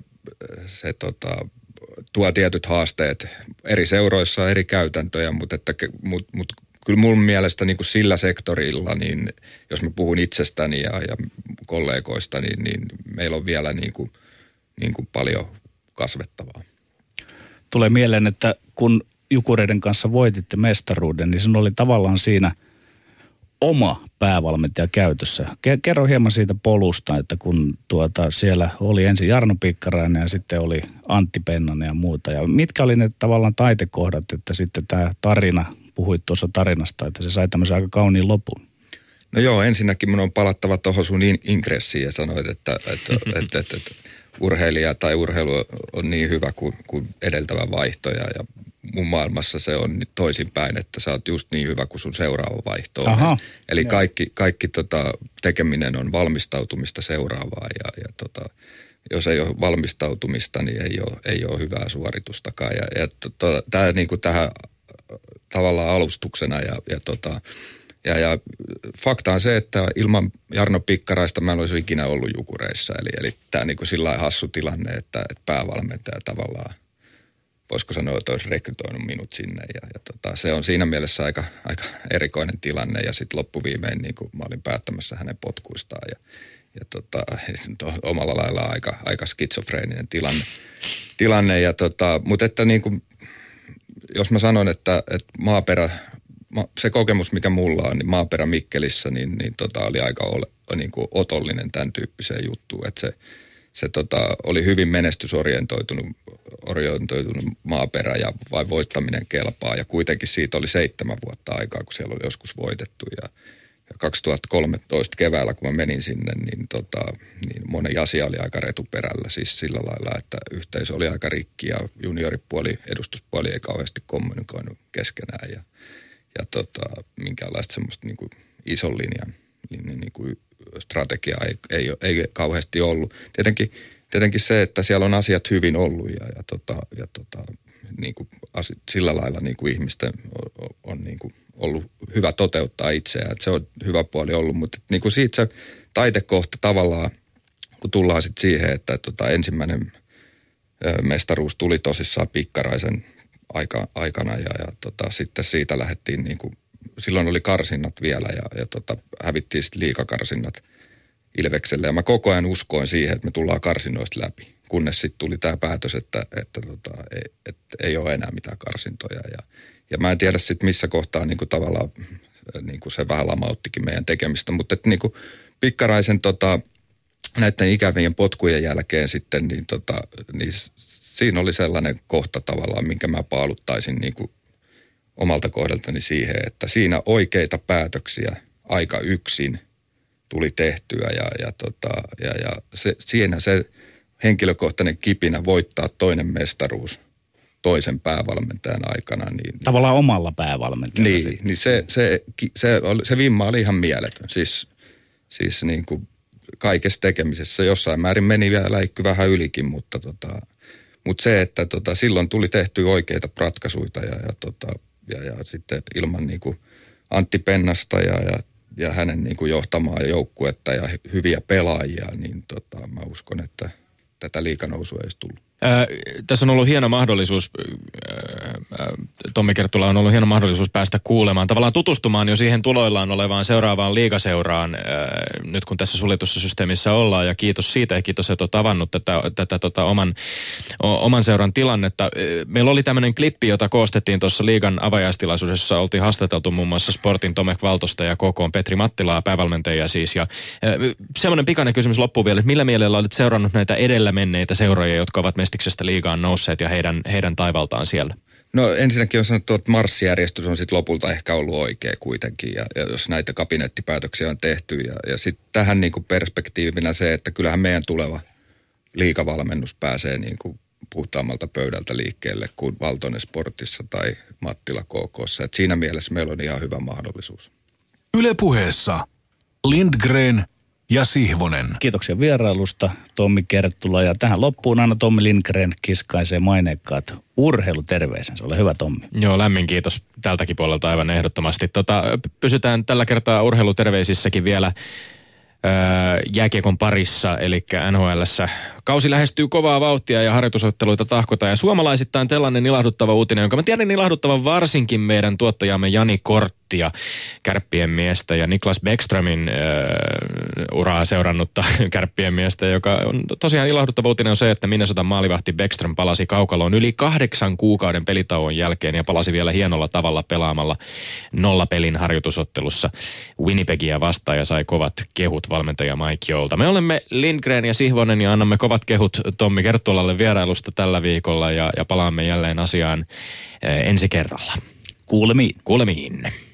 tuo tietyt haasteet eri seuroissa, eri käytäntöjä, mutta kyllä mun mielestä niin kuin sillä sektorilla, niin jos mä puhun itsestäni ja kollegoista, niin meillä on vielä niin kuin paljon kasvettavaa. Tulee mieleen, että kun Jukureiden kanssa voititte mestaruuden, niin se oli tavallaan siinä oma päävalmentaja käytössä. Kerro hieman siitä polusta, että kun siellä oli ensin Jarno Pikkarainen ja sitten oli Antti Pennanen ja muuta. Ja mitkä oli ne tavallaan taitekohdat, että sitten tämä tarina, puhuit tuossa tarinasta, että se sai tämmöisen aika kauniin lopun? No joo, ensinnäkin minun on palattava tuohon sun ingressiin ja sanoit, että urheilija tai urheilu on niin hyvä kuin edeltävä vaihto ja mun maailmassa se on nyt toisinpäin, että sä oot just niin hyvä kuin sun seuraava vaihto on. Eli kaikki tekeminen on valmistautumista seuraavaa ja jos ei ole valmistautumista, niin ei ole hyvää suoritustakaan. Tämä niin kuin tähän tavallaan alustuksena ja fakta on se, että ilman Jarno Pikkaraista mä en olisi ikinä ollut Jukureissa. Eli tämä niin kuin sillä hassu tilanne, että päävalmentaja tavallaan, voisiko sanoa, että olisi rekrytoinut minut sinne. Ja se on siinä mielessä aika erikoinen tilanne. Ja sitten loppuviimein niin kuin mä olin päättämässä hänen potkuistaan. Omalla lailla aika skitsofreeninen tilanne. Mutta että niin kuin, jos mä sanon, että maaperä, se kokemus, mikä mulla on, niin maaperä Mikkelissä, niin oli aika niin kuin otollinen tämän tyyppiseen juttuun. Että se oli hyvin menestysorientoitunut maaperä ja vain voittaminen kelpaa. Ja kuitenkin siitä oli 7 vuotta aikaa, kun siellä oli joskus voitettu. Ja 2013 keväällä, kun mä menin sinne, niin moni asia oli aika retuperällä. Siis sillä lailla, että yhteisö oli aika rikki ja junioripuoli, edustuspuoli ei kauheasti kommunikoinut keskenään. Ja minkäänlaista semmoista niin kuin ison linjan niin kuin strategiaa ei kauheasti ollut. Tietenkin se, että siellä on asiat hyvin ollut ja niin kuin sillä lailla niin kuin ihmisten on niin kuin ollut hyvä toteuttaa itseään. Että se on hyvä puoli ollut, mutta niin kuin siitä se taitekohta tavallaan, kun tullaan sitten siihen, että ensimmäinen mestaruus tuli tosissaan Pikkaraisen aikana ja sitten siitä lähdettiin niin kuin, silloin oli karsinnat vielä ja hävittiin sitten liigakarsinnat Ilvekselle ja mä koko ajan uskoin siihen, että me tullaan karsinnoista läpi, kunnes sitten tuli tämä päätös, että ei ole enää mitään karsintoja ja mä en tiedä sitten missä kohtaa niin kuin tavallaan niin kuin se vähän lamauttikin meidän tekemistä. Mutta niin kuin Pikkaraisen näiden ikävien potkujen jälkeen sitten, niin siinä oli sellainen kohta tavallaan, minkä mä paaluttaisin niin kuin omalta kohdaltani siihen, että siinä oikeita päätöksiä aika yksin tuli tehtyä ja siinä se henkilökohtainen kipinä voittaa toinen mestaruus toisen päävalmentajan aikana. Niin, tavallaan omalla päävalmentajalla. Niin se vimma oli ihan mieletön. Siis niin kuin kaikessa tekemisessä jossain määrin meni vielä läikky vähän ylikin, mutta se, että silloin tuli tehty oikeita ratkaisuja ja sitten ilman niin kuin Antti Pennasta ja hänen niin kuin johtamaa joukkuetta ja hyviä pelaajia, niin mä uskon, että tätä liiganousua ei olisi tullut. Tässä on ollut hieno mahdollisuus, Tommi Kerttula on ollut hieno mahdollisuus päästä kuulemaan, tavallaan tutustumaan jo siihen tuloillaan olevaan seuraavaan liigaseuraan, nyt kun tässä suljetussa systeemissä ollaan, ja kiitos siitä ja kiitos, että olet avannut tätä oman seuran tilannetta. Meillä oli tämmöinen klippi, jota koostettiin tuossa liigan avajaistilaisuudessa, jossa oltiin haastateltu muun muassa Sportin Tomek Valtosta ja KK Petri Mattilaa, päävalmentajia siis, ja semmoinen pikainen kysymys loppuun vielä, että millä mielellä olet seurannut näitä edellä menneitä seuroja, jotka ovat Mestiksestä liigaan nousseet ja heidän taivaltaan siellä? No ensinnäkin on sanottu, että marssijärjestys on sitten lopulta ehkä ollut oikea kuitenkin, ja jos näitä kabinettipäätöksiä on tehty. Ja sitten tähän niin kuin perspektiivinä se, että kyllähän meidän tuleva liigavalmennus pääsee niin kuin puhtaammalta pöydältä liikkeelle kuin Valtonen Sportissa tai Mattila KK:ssa. Et siinä mielessä meillä on ihan hyvä mahdollisuus. Yle Puheessa Lindgren ja Sihvonen. Kiitoksia vierailusta, Tommi Kerttula. Ja tähän loppuun aina Tommi Lindgren kiskaisee maineikkaat urheiluterveisensä. Ole hyvä, Tommi. Joo, lämmin kiitos tältäkin puolelta aivan ehdottomasti. Pysytään tällä kertaa urheiluterveisissäkin vielä jääkiekon parissa, eli NHL:ssä. Kausi lähestyy kovaa vauhtia ja harjoitusotteluita tahkotaan. Ja suomalaisittain tällainen ilahduttava uutinen, jonka mä tiedän ilahduttavan varsinkin meidän tuottajamme Jani Korttia, Kärppien miestä, ja Niklas Bäckströmin uraa seurannutta Kärppien miestä, joka on tosiaan ilahduttava uutinen on se, että Minnesotan maalivahti Bäckström palasi kaukaloon yli 8 kuukauden pelitauon jälkeen ja palasi vielä hienolla tavalla pelaamalla 0-pelin harjoitusottelussa Winnipegia vastaan ja sai kovat kehut valmentaja Mike Joulta. Me olemme Lindgren ja Sihvonen ja annamme kovat kehut Tommi Kerttulalle vierailusta tällä viikolla ja palaamme jälleen asiaan ensi kerralla. Kuulemiin. Kuulemiin.